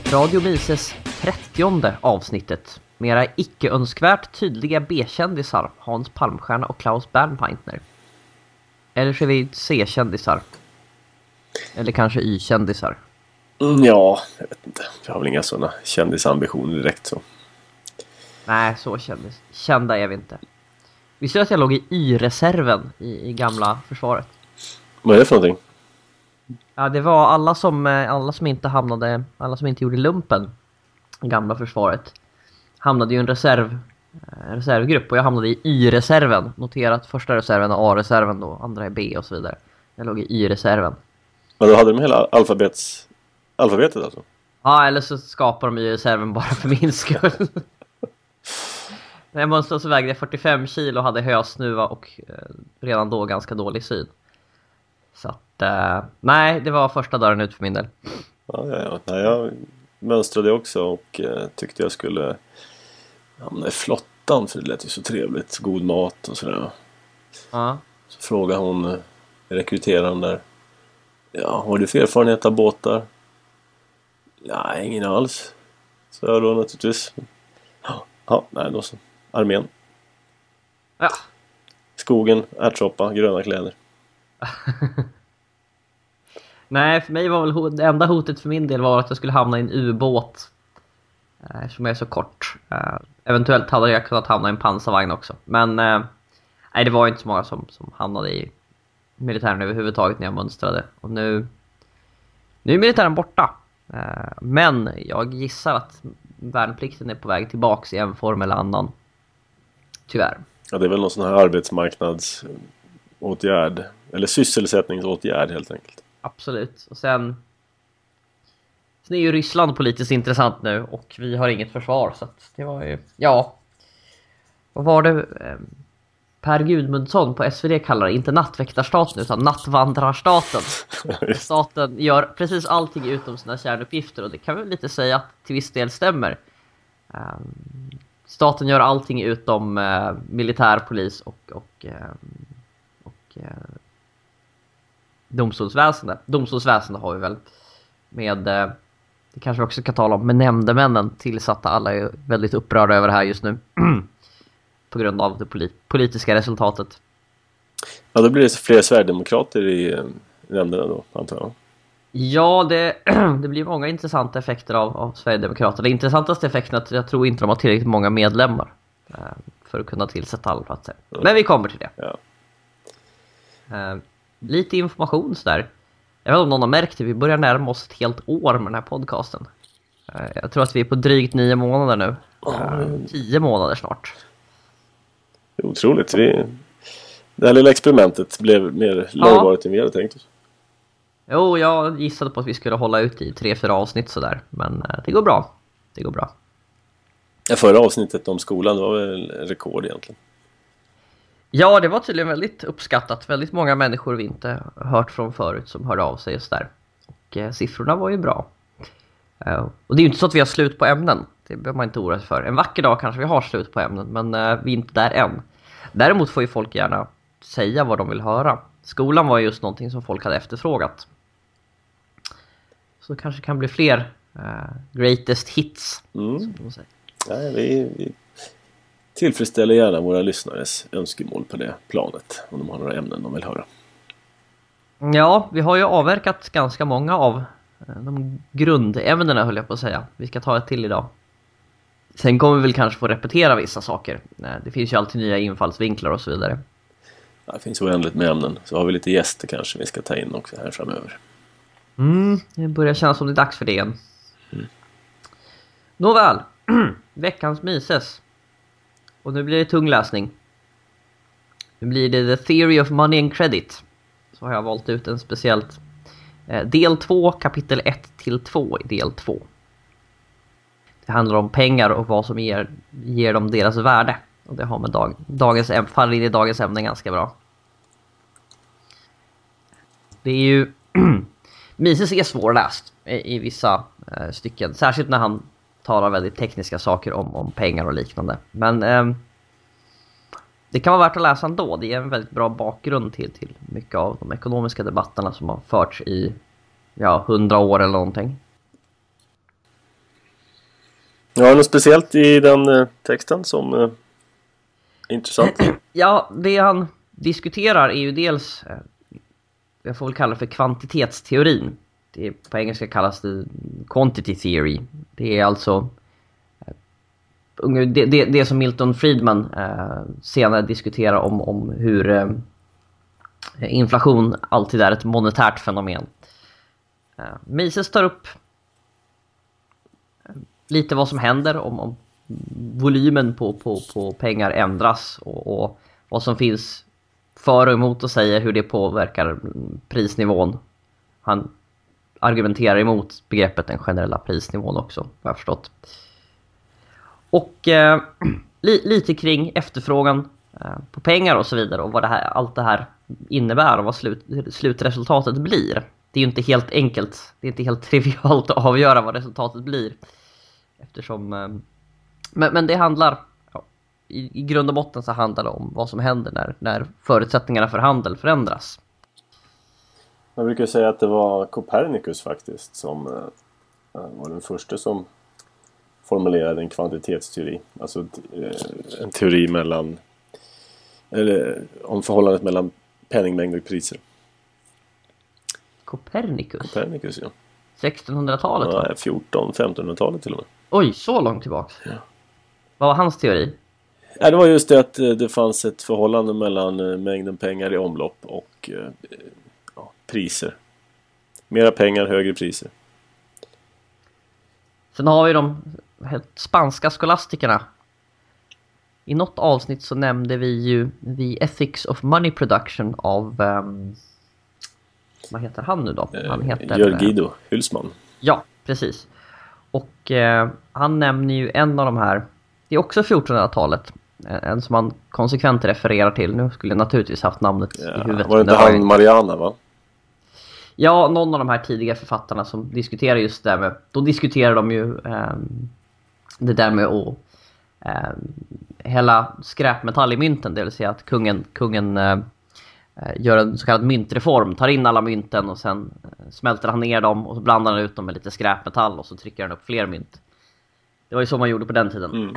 Radio Mises 30:e avsnittet. Mera icke-önskvärt tydliga B-kändisar Hans Palmstierna och Klaus Bernpaintner. Eller ska vi C-kändisar? Eller kanske Y-kändisar? Ja, jag vet inte. Jag har väl inga sådana kändisambitioner direkt så. Nej, så kända är vi inte. Visste du att jag låg i Y-reserven i gamla försvaret? Vad är det för någonting? Ja, det var alla som inte gjorde lumpen i gamla försvaret hamnade ju en reservgrupp, och jag hamnade i Y-reserven. Noterat första reserven är A-reserven då, andra är B och så vidare. Jag låg i Y-reserven. Men då hade de hela alfabetet alltså? Ja, eller så skapar de Y-reserven bara för min skull. När jag mönstrade så vägde jag 45 kilo och hade hösnuva och redan då ganska dålig syn. Så att, nej, det var första dörren ut för min del. Ja. Nej, jag mönstrade också och tyckte jag skulle hamna i flottan, för det lät ju så trevligt. God mat och sådär. Ja. Så frågade hon rekryteraren där. Ja, har du för erfarenhet av båtar? Nej, ingen alls. Så jag då naturligtvis. Ja, nej då så. Armén. Ja. Skogen, ärtsoppa, gröna kläder. Nej, för mig var väl det enda hotet för min del var att jag skulle hamna i en ubåt. Eftersom jag är så kort. Eventuellt hade jag kunnat hamna i en pansarvagn också. Men nej, det var inte så många som hamnade i militären överhuvudtaget när jag mönstrade. Och nu är militären borta. Men jag gissar att värnplikten är på väg tillbaks i en form eller annan. Tyvärr. Ja, det är väl någon sån här arbetsmarknadsåtgärd. Eller sysselsättningsåtgärd helt enkelt. Absolut. Och sen är ju Ryssland politiskt intressant nu. Och vi har inget försvar. Så att det var ju... Ja. Vad var det Per Gudmundsson på SvD kallar det? Inte nattväktarstaten utan nattvandrarstaten. Staten gör precis allting utom sina kärnuppgifter. Och det kan vi väl lite säga att till viss del stämmer. Staten gör allting utom militär, polis och domstolsväsende. Domstolsväsende har vi väl med, det kanske vi också kan tala om, med nämndemännen tillsatta. Alla är väldigt upprörda över det här just nu. På grund av det politiska resultatet. Ja, då blir det fler sverigedemokrater i nämnderna då, antar jag. Ja, det blir många intressanta effekter av Sverigedemokraterna. Det intressantaste effekten är att jag tror inte de har tillräckligt många medlemmar för att kunna tillsätta alla platser. Men vi kommer till det. Ja. Lite information så där. Jag vet inte om någon har märkt det. Vi börjar närma oss ett helt år med den här podcasten. Jag tror att vi är på drygt 9 månader nu. 10 månader snart. Det är otroligt. Det här lilla experimentet blev mer långvarigt än vi hade tänkt oss. Jo, jag gissade på att vi skulle hålla ut i 3-4 avsnitt sådär. Men det går bra. Det går bra. Ja, förra avsnittet om skolan, det var väl rekord egentligen. Ja, det var tydligen väldigt uppskattat. Väldigt många människor vi inte hört från förut som hörde av sig just där. Och siffrorna var ju bra. Och det är ju inte så att vi har slut på ämnen. Det behöver man inte oroa sig för. En vacker dag kanske vi har slut på ämnen, men vi är inte där än. Däremot får ju folk gärna säga vad de vill höra. Skolan var just någonting som folk hade efterfrågat. Så det kanske kan bli fler greatest hits. Som de säger. Nej, vi tillfredsställer gärna våra lyssnares önskemål på det planet. Om de har några ämnen de vill höra. Ja, vi har ju avverkat ganska många av de grundämnena, höll jag på att säga. Vi ska ta ett till idag. Sen kommer vi väl kanske få repetera vissa saker. Det finns ju alltid nya infallsvinklar och så vidare. Ja, det finns oändligt med ämnen. Så har vi lite gäster kanske vi ska ta in också här framöver. Det börjar kännas som det är dags för det igen. Nåväl, veckans Mises. Och nu blir det tung läsning. Nu blir det The Theory of Money and Credit. Så har jag valt ut en speciellt del 2, kapitel 1-2 i del 2. Det handlar om pengar och vad som ger dem deras värde. Och det har med faller in i dagens ämne ganska bra. Det är ju... Mises är svårläst i vissa stycken. Särskilt när han talar väldigt tekniska saker om pengar och liknande. Men det kan vara värt att läsa ändå. Det är en väldigt bra bakgrund till mycket av de ekonomiska debatterna som har förts i 100 år eller någonting. Ja, något speciellt i den texten som är intressant? Ja, det han diskuterar är ju dels, jag får väl kalla det för kvantitetsteorin. På engelska kallas det quantity theory. Det är alltså det som Milton Friedman senare diskuterar om hur inflation alltid är ett monetärt fenomen. Mises tar upp lite vad som händer om volymen på pengar ändras och vad som finns för och emot och säger hur det påverkar prisnivån. Han argumenterar emot begreppet den generella prisnivån också, har jag förstått. Och lite kring efterfrågan på pengar och så vidare och vad allt det här innebär och vad slutresultatet blir. Det är ju inte helt enkelt, det är inte helt trivialt att avgöra vad resultatet blir. Eftersom, men det handlar, i grund och botten så handlar det om vad som händer när förutsättningarna för handel förändras. Man brukar säga att det var Copernicus faktiskt som var den första som formulerade en kvantitetsteori. Alltså en teori om förhållandet mellan penningmängd och priser. Copernicus, ja. 1600-talet? Ja, 1400-1500-talet till och med. Oj, så långt tillbaka. Ja. Vad var hans teori? Ja, det var just det att det fanns ett förhållande mellan mängden pengar i omlopp och priser. Mera pengar, högre priser. Sen har vi de spanska skolastikerna. I något avsnitt så nämnde vi ju The Ethics of Money Production av vad heter han nu då? Han heter Jörg Hülsmann. Ja, precis. Och han nämner ju en av de här. Det är också 1400-talet. En som han konsekvent refererar till. Nu skulle jag naturligtvis haft namnet i huvudet. Var det inte han Mariana, va? Ja, någon av de här tidiga författarna som diskuterar just det där med. Då diskuterar de ju det där med att hälla skräpmetall i mynten. Det vill säga att kungen gör en så kallad myntreform. Tar in alla mynten och sen smälter han ner dem. Och så blandar han ut dem med lite skräpmetall. Och så trycker han upp fler mynt. Det var ju så man gjorde på den tiden.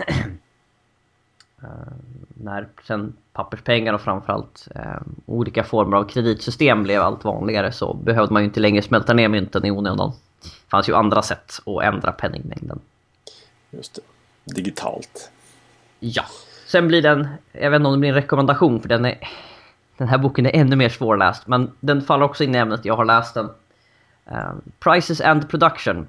När sen papperspengar och framförallt olika former av kreditsystem blev allt vanligare så behövde man ju inte längre smälta ner mynten i onödan. Det fanns ju andra sätt att ändra penningmängden. Just det. Digitalt. Ja. Sen blir den, jag vet inte om det blir en rekommendation för den här boken är ännu mer svårläst. Men den faller också in i ämnet, jag har läst den. Prices and Production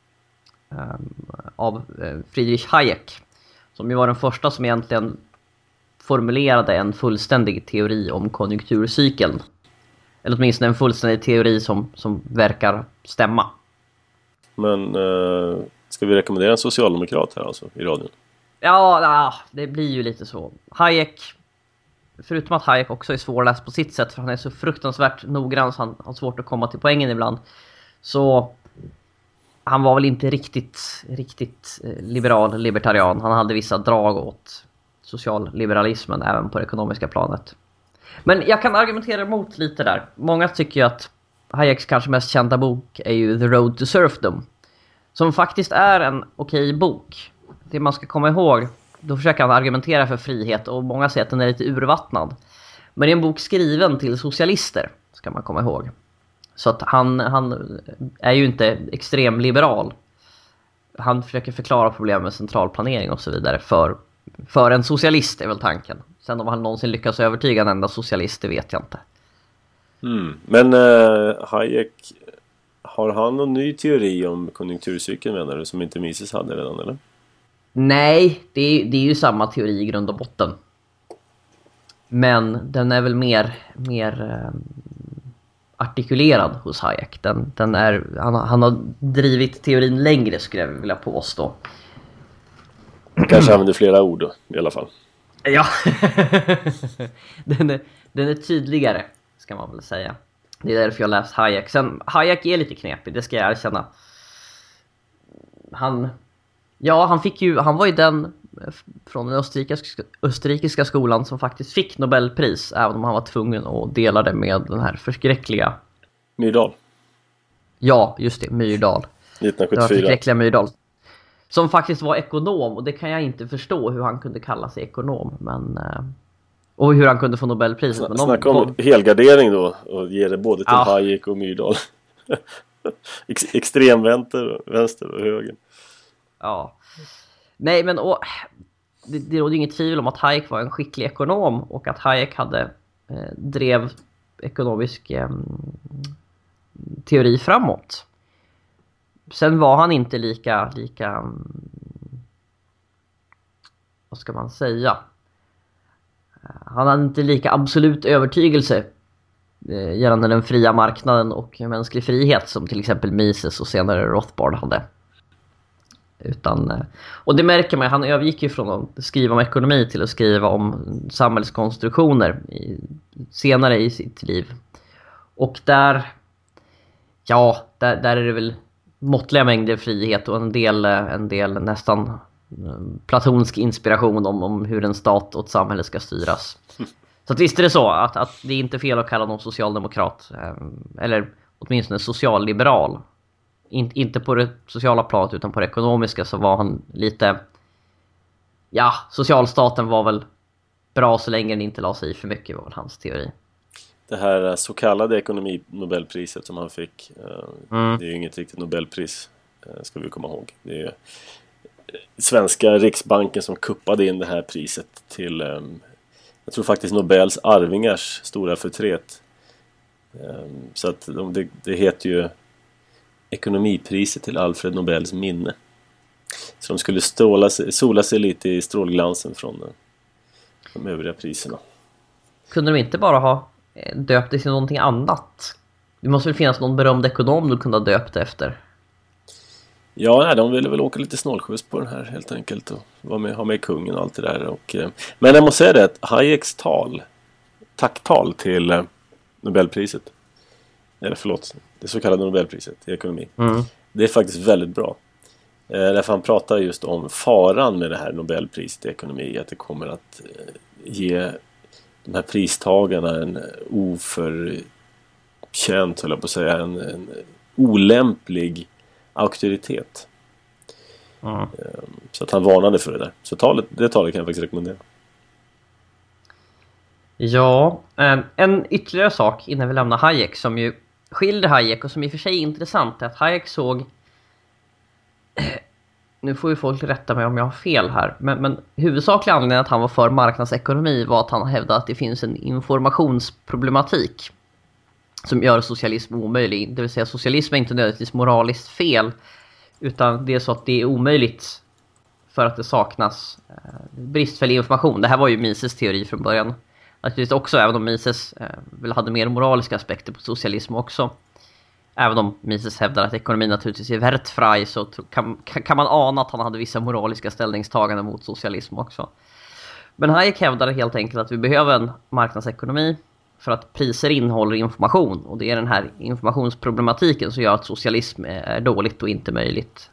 av Friedrich Hayek. Som ju var den första som egentligen formulerade en fullständig teori om konjunkturcykeln. Eller åtminstone en fullständig teori som verkar stämma. Men ska vi rekommendera en socialdemokrat här alltså i radion? Ja, det blir ju lite så. Hayek, förutom att Hayek också är svårläst på sitt sätt för han är så fruktansvärt noggrann så han har svårt att komma till poängen ibland. Så han var väl inte riktigt libertarian. Han hade vissa drag åt socialliberalismen även på det ekonomiska planet. Men jag kan argumentera emot lite där. Många tycker ju att Hayeks kanske mest kända bok är ju The Road to Serfdom. Som faktiskt är en okej bok. Det man ska komma ihåg, då försöker han argumentera för frihet och många säger att den är lite urvattnad. Men det är en bok skriven till socialister, ska man komma ihåg. Så att han är ju inte extrem liberal. Han försöker förklara problem med centralplanering och så vidare för en socialist är väl tanken. Sen om han någonsin lyckas övertyga en enda socialist, det vet jag inte. Men Hayek, har han någon ny teori om konjunkturcykeln menar du som inte Mises hade redan eller? Nej, det är ju samma teori i grund och botten. Men den är väl mer artikulerad hos Hayek. Han har drivit teorin längre skulle jag vilja påstå. Kanske använder flera ord då, i alla fall. Ja, den är tydligare ska man väl säga. Det är därför jag läst Hayek. Sen, Hayek är lite knepig, det ska jag erkänna. Han var ju den från den österrikiska skolan som faktiskt fick Nobelpris, även om han var tvungen att dela det med den här förskräckliga Myrdal. Ja, just det, Myrdal. 1974. Det var förskräckliga Myrdal. som faktiskt var ekonom, och det kan jag inte förstå hur han kunde kalla sig ekonom, men och hur han kunde få Nobelpriset. Men snacka om helgardering då och ge det både till Hayek och Myrdal. Extremvänster och höger. Ja. Nej, men det råder inget tvivel om att Hayek var en skicklig ekonom och att Hayek hade drev ekonomisk teori framåt. Sen var han inte lika vad ska man säga? Han hade inte lika absolut övertygelse gällande den fria marknaden och mänsklig frihet som till exempel Mises och senare Rothbard hade. Och det märker man, han övergick ju från att skriva om ekonomi till att skriva om samhällskonstruktioner senare i sitt liv. Och där är det väl måttliga mängder frihet och en del nästan platonsk inspiration om hur en stat och ett samhälle ska styras. Så att visst är det så att det är inte fel att kalla honom socialdemokrat eller åtminstone socialliberal. Inte på det sociala planet utan på det ekonomiska så var han lite... Ja, socialstaten var väl bra så länge den inte la sig i för mycket, var väl hans teori. Det här så kallade ekonomi-nobelpriset som han fick, det är ju inget riktigt nobelpris, ska vi komma ihåg. Det är svenska Riksbanken som kuppade in det här priset till, jag tror faktiskt Nobels arvingars stora förtret. Så att det heter ju ekonomipriset till Alfred Nobels minne. Så de skulle sola sig lite i strålglansen från de övriga priserna. Kunde de inte bara ha döpt det till någonting annat? Det måste väl finnas någon berömd ekonom du kunde ha döpt det efter? Ja, nej, de ville väl åka lite snålskjuts på den här helt enkelt och ha med kungen och allt det där. Men jag måste säga det att Hayeks tacktal till Nobelpriset, eller förlåt, det så kallade Nobelpriset i ekonomi, det är faktiskt väldigt bra. Därför han pratar just om faran med det här Nobelpriset i ekonomi, att det kommer att ge de här pristagarna en oförtjänt, höll jag på att säga, en olämplig auktoritet. Så att han varnade för det där. Så det talet kan jag faktiskt rekommendera. Ja, en ytterligare sak innan vi lämnar Hayek som ju skiljer Hayek och som i och för sig är intressant är att Hayek såg, nu får ju folk rätta mig om jag har fel här, men huvudsakliga anledningen att han var för marknadsekonomi var att han hävdade att det finns en informationsproblematik som gör socialism omöjlig. Det vill säga socialism är inte nödvändigtvis moraliskt fel, utan det är så att det är omöjligt för att det saknas bristfällig information. Det här var ju Mises teori från början. Naturligtvis också, även om Mises väl hade mer moraliska aspekter på socialism också. Även om Mises hävdar att ekonomin naturligtvis är wertfrei, så kan man ana att han hade vissa moraliska ställningstaganden mot socialism också. Men Hayek hävdade helt enkelt att vi behöver en marknadsekonomi för att priser innehåller information. Och det är den här informationsproblematiken som gör att socialism är dåligt och inte möjligt.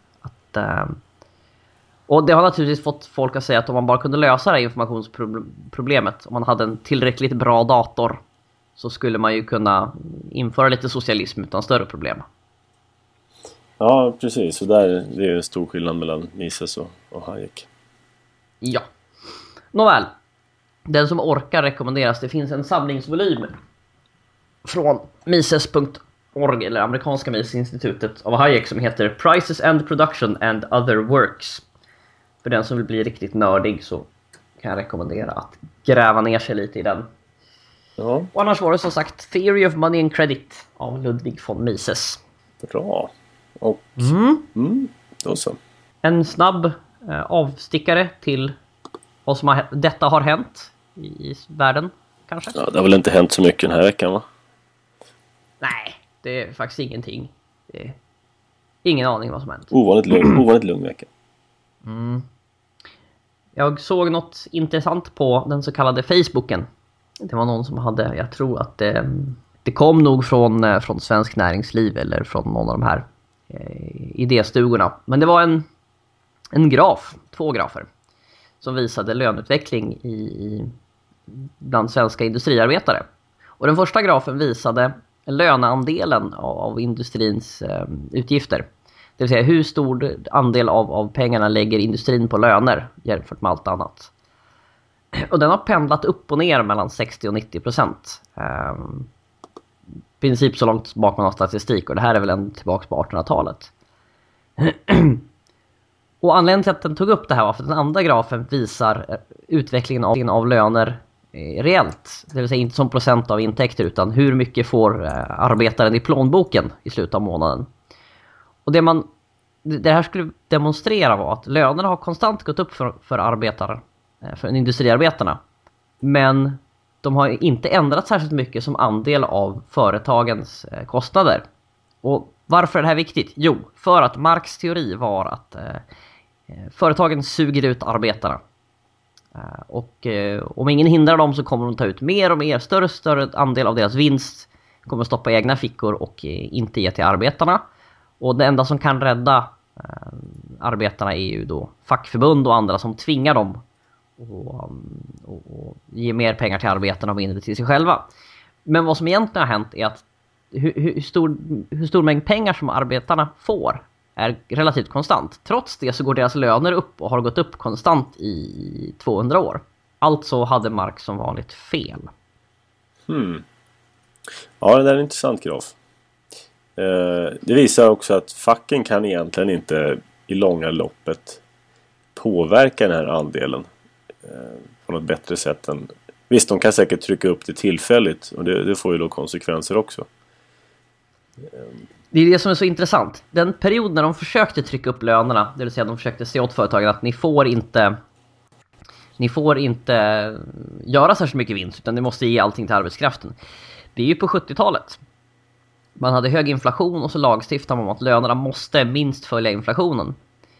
Och det har naturligtvis fått folk att säga att om man bara kunde lösa det här informationsproblemet, om man hade en tillräckligt bra dator, så skulle man ju kunna införa lite socialism utan större problem. Ja, precis. Så det är ju en stor skillnad mellan Mises och Hayek. Ja. Nåväl. Den som orkar rekommenderas. Det finns en samlingsvolym från Mises.org, eller amerikanska Mises-institutet, av Hayek som heter Prices and Production and Other Works. För den som vill bli riktigt nördig så kan jag rekommendera att gräva ner sig lite i den. Ja. Och annars var det som sagt Theory of Money and Credit av Ludwig von Mises. Bra. Och då så. En snabb avstickare till vad som detta har hänt i världen, kanske? Ja, det har väl inte hänt så mycket den här veckan, va? Nej, det är faktiskt ingenting. Det är ingen aning vad som har hänt. Ovanligt lugn vecka. Jag såg något intressant på den så kallade Facebooken. Det var någon som hade, jag tror att det kom nog från Svensk Näringsliv eller från någon av de här idéstugorna. Men det var en graf, 2 grafer, som visade löneutveckling bland svenska industriarbetare. Och den första grafen visade löneandelen av industrins utgifter. Det Det vill säga hur stor andel av pengarna lägger industrin på löner jämfört med allt annat. Och den har pendlat upp och ner mellan 60 och 90%. I princip så långt bak man har statistik, och det här är väl tillbaka på 1800-talet. Och anledningen till att den tog upp det här var för att den andra grafen visar utvecklingen av löner reellt. Det vill säga inte som procent av intäkter, utan hur mycket får arbetaren i plånboken i slutet av månaden. Och det här skulle demonstrera var att lönerna har konstant gått upp för industriarbetarna. Men de har inte ändrat särskilt mycket som andel av företagens kostnader. Och varför är det här viktigt? Jo, för att Marx teori var att företagen suger ut arbetarna. Och om ingen hindrar dem så kommer de ta ut mer och mer, större andel av deras vinst kommer stoppa i egna fickor och inte ge till arbetarna. Och det enda som kan rädda arbetarna är ju då fackförbund och andra som tvingar dem och ge mer pengar till arbetarna och mindre till sig själva. Men vad som egentligen har hänt är att hur stor mängd pengar som arbetarna får är relativt konstant. Trots det så går deras löner upp och har gått upp konstant i 200 år. Alltså hade Marx som vanligt fel. Ja, det där är en intressant graf. Det visar också att facken kan egentligen inte i långa loppet påverka den här andelen på något bättre sätt än... Visst, de kan säkert trycka upp det tillfälligt, och det får ju då konsekvenser också. Det är det som är så intressant. Den period när de försökte trycka upp lönerna, det vill säga de försökte se åt företagen att ni får inte göra särskilt mycket vinst, utan ni måste ge allting till arbetskraften. Det är ju på 70-talet. Man hade hög inflation och så lagstiftade man om att lönerna måste minst följa inflationen.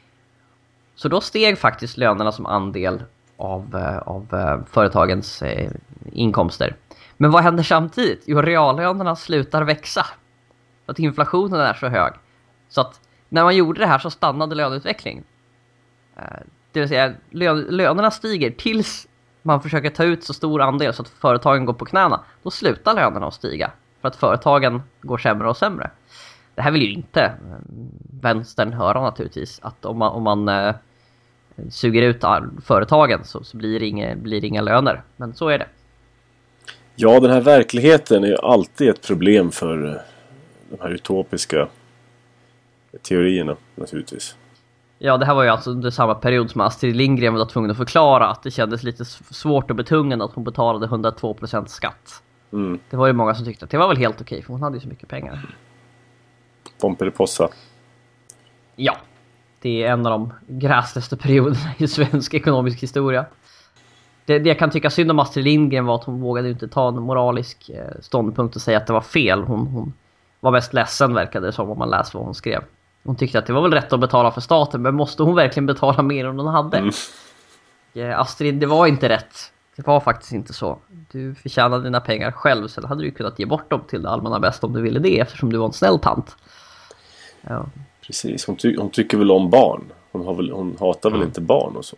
Så då steg faktiskt lönerna som andel av företagens inkomster. Men vad händer samtidigt? Jo, reallönerna slutar växa. Att inflationen är så hög. Så att när man gjorde det här så stannade löneutvecklingen. Det vill säga lönerna stiger tills man försöker ta ut så stor andel så att företagen går på knäna. Då slutar lönerna att stiga. För att företagen går sämre och sämre. Det här vill ju inte vänstern höra naturligtvis. Att om man suger ut företagen så blir det inga löner. Men så är det. Ja, den här verkligheten är ju alltid ett problem för de här utopiska teorierna naturligtvis. Ja, det här var ju alltså under samma period som Astrid Lindgren var tvungen att förklara att det kändes lite svårt och betungande att hon betalade 102% skatt. Det var ju många som tyckte att det var väl helt okej, för hon hade ju så mycket pengar. Pomperipossa. Ja, det är en av de gräsligaste perioderna i svensk ekonomisk historia. Det jag kan tycka synd om Astrid Lindgren var att hon vågade inte ta en moralisk ståndpunkt och säga att det var fel. Hon var mest ledsen, verkade det som, om man läste vad hon skrev. Hon tyckte att det var väl rätt att betala för staten, men måste hon verkligen betala mer än hon hade? Astrid, det var inte rätt. Det var faktiskt inte så. Du förtjänade dina pengar själv, så hade du kunnat ge bort dem till det allmänna bästa om du ville det, eftersom du var en snäll tant. Ja. Precis, hon tycker väl om barn. Hon hatar väl inte barn och så.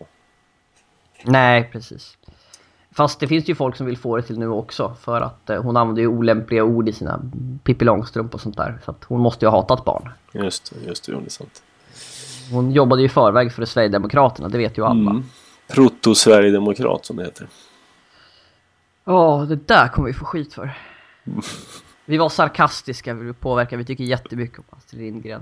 Nej, precis. Fast det finns ju folk som vill få det till nu också, för att hon använder ju olämpliga ord i sina Pippi Långstrump och sånt där. Så att hon måste ju ha hatat barn. Just det, det är sant. Hon jobbade ju i förväg för Sverigedemokraterna, det vet ju alla. Proto-Sverigedemokrat som det heter. Ja, det där kommer vi få skit för. Vi var sarkastiska, vi påverkade, vi tycker jättemycket om Astrid Lindgren.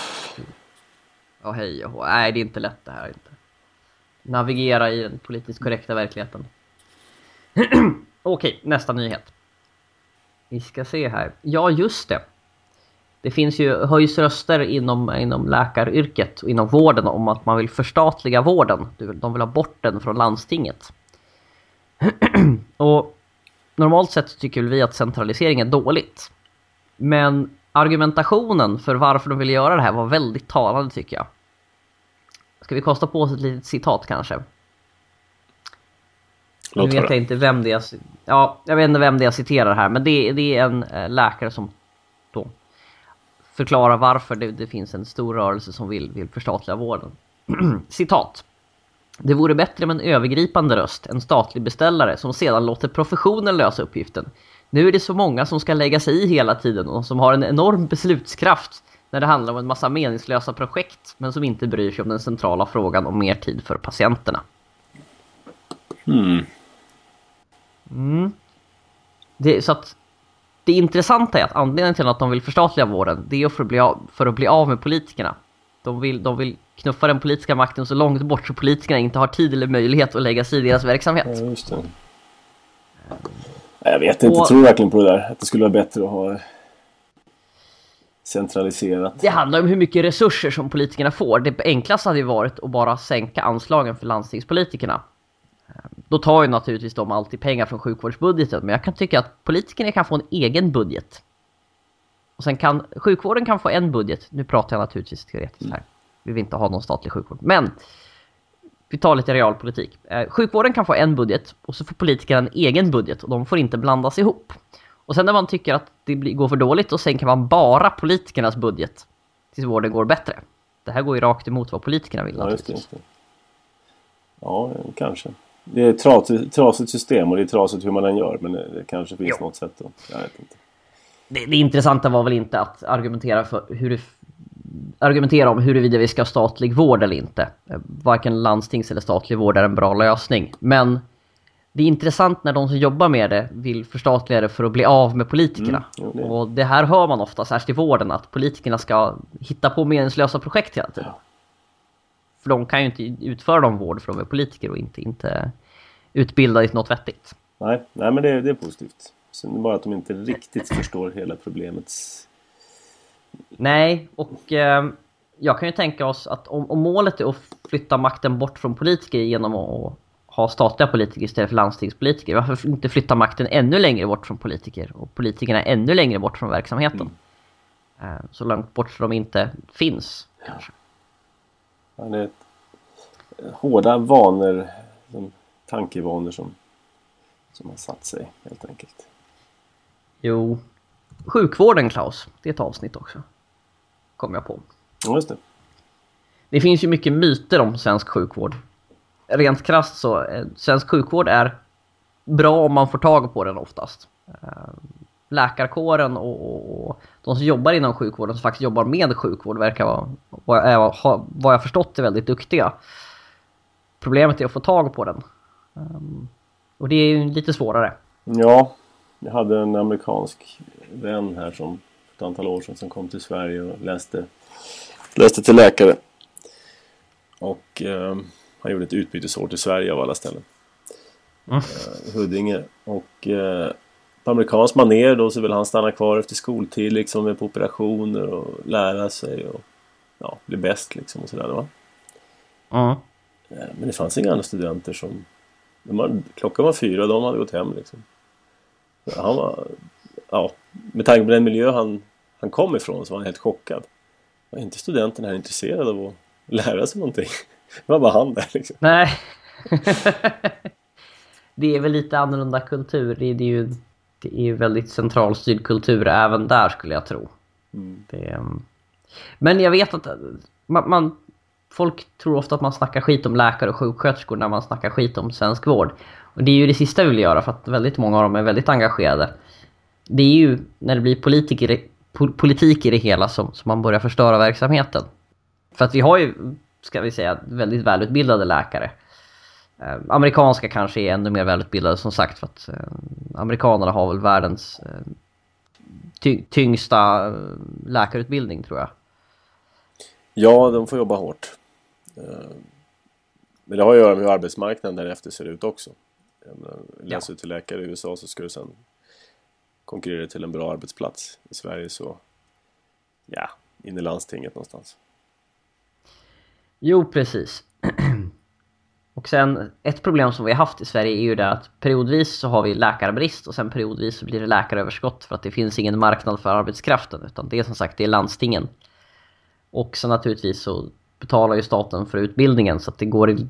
Ja, hej och nej, det är inte lätt det här inte. Navigera i den politiskt korrekta verkligheten. Okej, nästa nyhet. Vi ska se här. Ja, just det. Det finns ju höjs röster inom läkaryrket och inom vården om att man vill förstatliga vården. De vill ha bort den från landstinget. Och normalt sett tycker vi att centralisering är dåligt. Men argumentationen för varför de vill göra det här var väldigt talande, tycker jag. Ska vi kosta på oss ett litet citat kanske? Nu vet jag inte vem det är. Ja, jag vet inte vem det jag citerar här, men det är en läkare som då förklarar varför det finns en stor rörelse som vill förstatliga vården. Citat. Det vore bättre med en övergripande röst, en statlig beställare som sedan låter professionen lösa uppgiften. Nu är det så många som ska lägga sig i hela tiden och som har en enorm beslutskraft. när det handlar om en massa meningslösa projekt men som inte bryr sig om den centrala frågan om mer tid för patienterna. Så att det intressanta är att anledningen till att de vill förstatliga vården, det är för att bli av med politikerna. De vill knuffa den politiska makten så långt bort så politikerna inte har tid eller möjlighet att lägga sig i deras verksamhet. Ja, just det. Jag vet inte, tror verkligen på det där. Att det skulle vara bättre att ha centraliserat. Det handlar om hur mycket resurser som politikerna får. Det enklaste hade ju varit att bara sänka anslagen för landstingspolitikerna. Då tar ju naturligtvis de alltid pengar från sjukvårdsbudgeten. Men jag kan tycka att politikerna kan få en egen budget. Och sen kan sjukvården kan få en budget. Nu pratar jag naturligtvis teoretiskt här. Vi vill inte ha någon statlig sjukvård. Men vi tar lite realpolitik. Sjukvården kan få en budget och så får politikerna en egen budget. Och de får inte blandas ihop. Och sen när man tycker att det går för dåligt, och sen kan man bara politikernas budget tills vården går bättre. Det här går ju rakt emot vad politikerna vill. Ja, just det. Ja, kanske. Det är ett trasigt system och det är trasigt hur man än gör. Men det kanske finns något sätt då. Jag vet inte. Det intressanta var väl inte att argumentera om huruvida vi ska ha statlig vård eller inte. Varken landstings- eller statlig vård är en bra lösning. Men det är intressant när de som jobbar med det vill förstatliga det för att bli av med politikerna. Och det här hör man ofta, särskilt i vården, att politikerna ska hitta på meningslösa projekt hela tiden. Ja. För de kan ju inte utföra de vård för de är politiker och inte utbilda i något vettigt. Nej, men det är positivt. Sen är det bara att de inte riktigt förstår hela problemets... Nej, och jag kan ju tänka oss att om målet är att flytta makten bort från politiker genom att ha statliga politiker istället för landstingspolitiker, varför inte flytta makten ännu längre bort från politiker och politikerna ännu längre bort från verksamheten? Så långt bort så de inte finns, kanske. Ja, det är hårda vanor, tankevanor som har satt sig, helt enkelt. Jo, sjukvården, Klaus, det är ett avsnitt också. Kommer jag på. Ja, just det. Det finns ju mycket myter om svensk sjukvård. Rent krasst så, svensk sjukvård är bra om man får tag på den oftast. Läkarkåren och de som jobbar inom sjukvården, som faktiskt jobbar med sjukvård, verkar vara, vad jag förstått, är väldigt duktiga. Problemet är att få tag på den. Och det är ju lite svårare. Ja, jag hade en amerikansk vän här som för ett antal år sedan som kom till Sverige och läste till läkare. Och han gjorde ett utbytesår till Sverige av alla ställen. Huddinge. Och på amerikansk manér då så vill han stanna kvar efter skoltid liksom, med på operationer och lära sig och bli bäst liksom och sådär, va? Men det fanns inga andra studenter som... klockan var 4 och de hade gått hem liksom. Så han var... Ja, med tanke på den miljö han kom ifrån så var han helt chockad. Var inte studenten här intresserad av att lära sig någonting? Det var bara han där liksom. Nej. Det är väl lite annorlunda kultur. Det är ju väldigt centralstyrd kultur även där, skulle jag tro. Men jag vet att folk tror ofta att man snackar skit om läkare och sjuksköterskor när man snackar skit om svensk vård. Och det är ju det sista vi vill göra, för att väldigt många av dem är väldigt engagerade. Det är ju när det blir politik i det hela som man börjar förstöra verksamheten. För att vi har ju, ska vi säga, väldigt välutbildade läkare. Amerikanska kanske är ännu mer välutbildade, som sagt, för att amerikanerna har väl världens tyngsta läkarutbildning, tror jag. Ja, de får jobba hårt. Men det har ju att göra med hur arbetsmarknaden därefter ser ut också. Läser du till läkare i USA så ska du sen konkurrera till en bra arbetsplats. I Sverige så, in i landstinget någonstans. Jo, precis. Och sen, ett problem som vi har haft i Sverige är ju det att periodvis så har vi läkarbrist och sen periodvis så blir det läkaröverskott för att det finns ingen marknad för arbetskraften, utan det är som sagt, det är landstingen. Och så naturligtvis så betalar ju staten för utbildningen, så att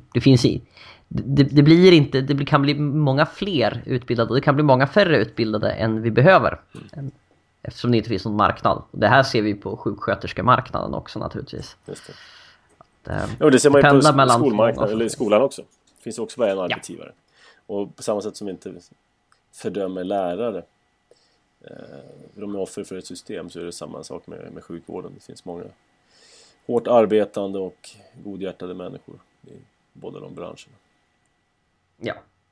det kan bli många fler utbildade och det kan bli många färre utbildade än vi behöver. Eftersom det inte finns någon marknad. Och det här ser vi på sjuksköterskemarknaden också naturligtvis. Just det. Det ser man ju på skolmarknaden, eller i skolan också. Det finns också bara en arbetsgivare. Och på samma sätt som vi inte fördömer lärare För de är offer för ett system, så är det samma sak med sjukvården. Det finns många hårt arbetande och godhjärtade människor i båda de branscherna. Ja.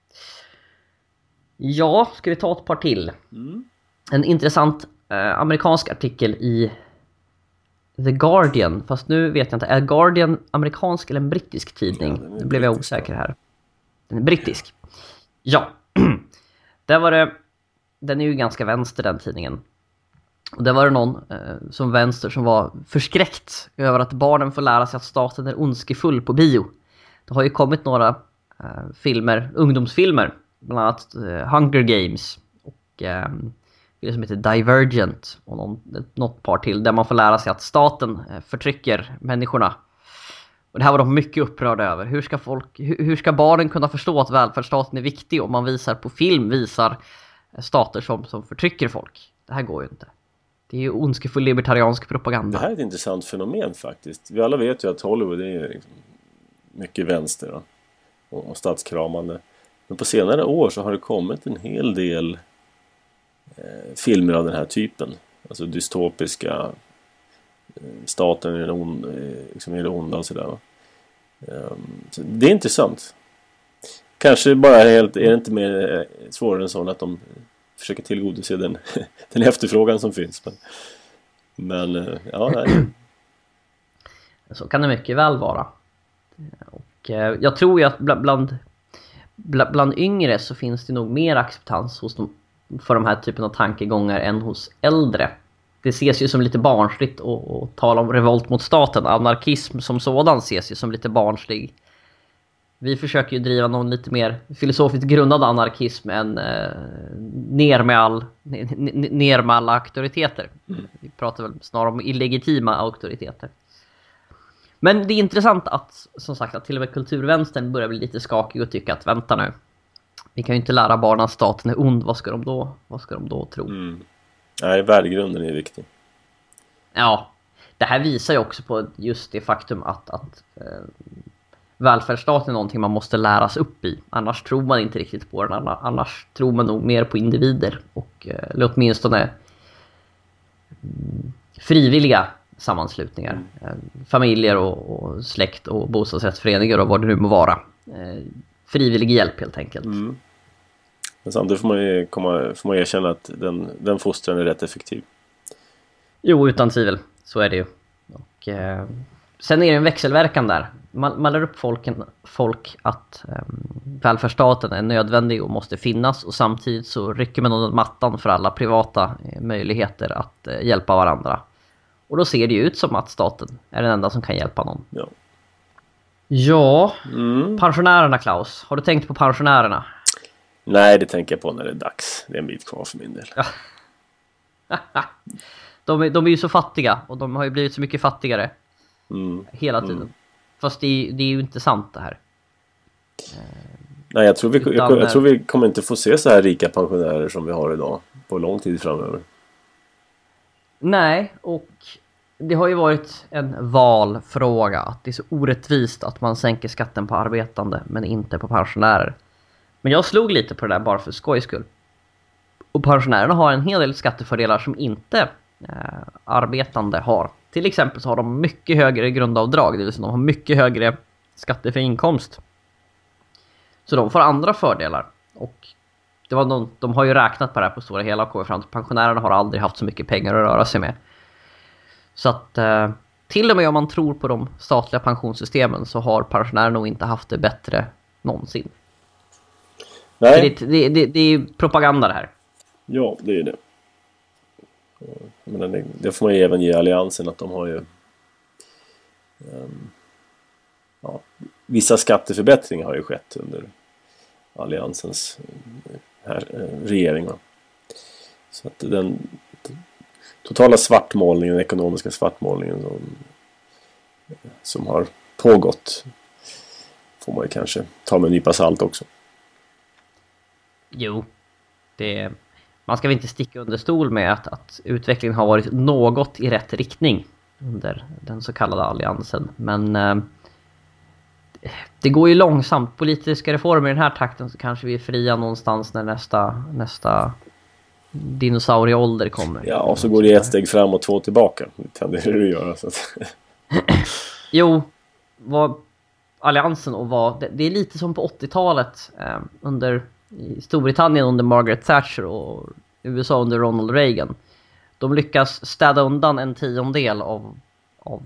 Ja, ska vi ta ett par till? En intressant amerikansk artikel i The Guardian. Fast nu vet jag inte, är Guardian amerikansk eller en brittisk tidning? Ja, nu blev jag osäker här. Den är brittisk. Ja. Där var det, den är ju ganska vänster, den tidningen. Och där var det någon som vänster som var förskräckt över att barnen får lära sig att staten är ondskefull på bio. Det har ju kommit några filmer, ungdomsfilmer, bland annat Hunger Games och det som heter Divergent och något par till, där man får lära sig att staten förtrycker människorna. Och det här var de mycket upprörda över. Hur ska barnen kunna förstå att välfärdsstaten är viktig om man visar stater som förtrycker folk? Det här går ju inte. Det är ju ondskefull libertariansk propaganda. Det här är ett intressant fenomen faktiskt. Vi alla vet ju att Hollywood är liksom mycket vänster då, och statskramande. Men på senare år så har det kommit en hel del filmer av den här typen. Alltså dystopiska, staten är det onda och sådär. Så det är intressant. Kanske bara är det inte mer svårare än så att de försöker tillgodose den efterfrågan som finns. Men ja, nej. Så kan det mycket väl vara. Och jag tror ju att bland yngre så finns det nog mer acceptans för de här typen av tankegångar än hos äldre. Det ses ju som lite barnsligt att tala om revolt mot staten. Anarkism som sådan ses ju som lite barnslig. Vi försöker ju driva någon lite mer filosofiskt grundad anarkism än ner med alla auktoriteter. Vi pratar väl snarare om illegitima auktoriteter. Men det är intressant att, som sagt, att till och med kulturvänstern börjar bli lite skakig och tycka att vänta nu. Vi kan ju inte lära barnen att staten är ond. Vad ska de då tro? Nej, värdegrunden är viktig. Ja, det här visar ju också på just det faktum att välfärdsstaten är någonting man måste läras upp i. Annars tror man inte riktigt på den. Annars tror man nog mer på individer. Eller åtminstone frivilliga sammanslutningar. Familjer och släkt och bostadsrättsföreningar och vad det nu må vara. Frivillig hjälp helt enkelt. Men samtidigt får man erkänna att den fostran är rätt effektiv. Jo, utan tvivel. Så är det ju. Och sen är det en växelverkan där. Man lär upp folk att välfärdsstaten är nödvändig och måste finnas. Och samtidigt så rycker man under mattan för alla privata möjligheter att hjälpa varandra. Och då ser det ju ut som att staten är den enda som kan hjälpa någon. Ja. Pensionärerna, Klaus. Har du tänkt på pensionärerna? Nej, det tänker jag på när det är dags. Det är en bit kvar för min del. De är ju så fattiga. Och de har ju blivit så mycket fattigare. Hela tiden. Fast det är ju inte sant det här. Nej, jag tror vi kommer inte få se så här rika pensionärer som vi har idag på lång tid framöver. Nej, och det har ju varit en valfråga att det är så orättvist att man sänker skatten på arbetande men inte på pensionärer. Men jag slog lite på det där bara för skojs skull. Och pensionärerna har en hel del skattefördelar som inte arbetande har. Till exempel så har de mycket högre grundavdrag, det vill säga de har mycket högre skatter för inkomst. Så de får andra fördelar. Och det var de har ju räknat på det här på stora hela och kommit fram till pensionärerna har aldrig haft så mycket pengar att röra sig med. Så att till och med om man tror på de statliga pensionssystemen så har pensionärerna nog inte haft det bättre någonsin. Nej. Det är propaganda det här. Ja, det är det. Men det får man ju även ge alliansen att de har ju vissa skatteförbättringar har ju skett under alliansens regering. Så att den totala svartmålningen, den ekonomiska svartmålningen som har pågått får man ju kanske ta med en nypa salt också. Jo, man ska väl inte sticka under stol med att utvecklingen har varit något i rätt riktning under den så kallade alliansen. Men det går ju långsamt. Politiska reformer i den här takten så kanske vi är fria någonstans när nästa dinosaurieålder kommer. Ja, och så går det ett steg fram och 2 tillbaka. Det tenderar det att göra. Så att... Jo, vad alliansen och vad... Det är lite som på 80-talet i Storbritannien under Margaret Thatcher och USA under Ronald Reagan. De lyckas städa undan en 10-del av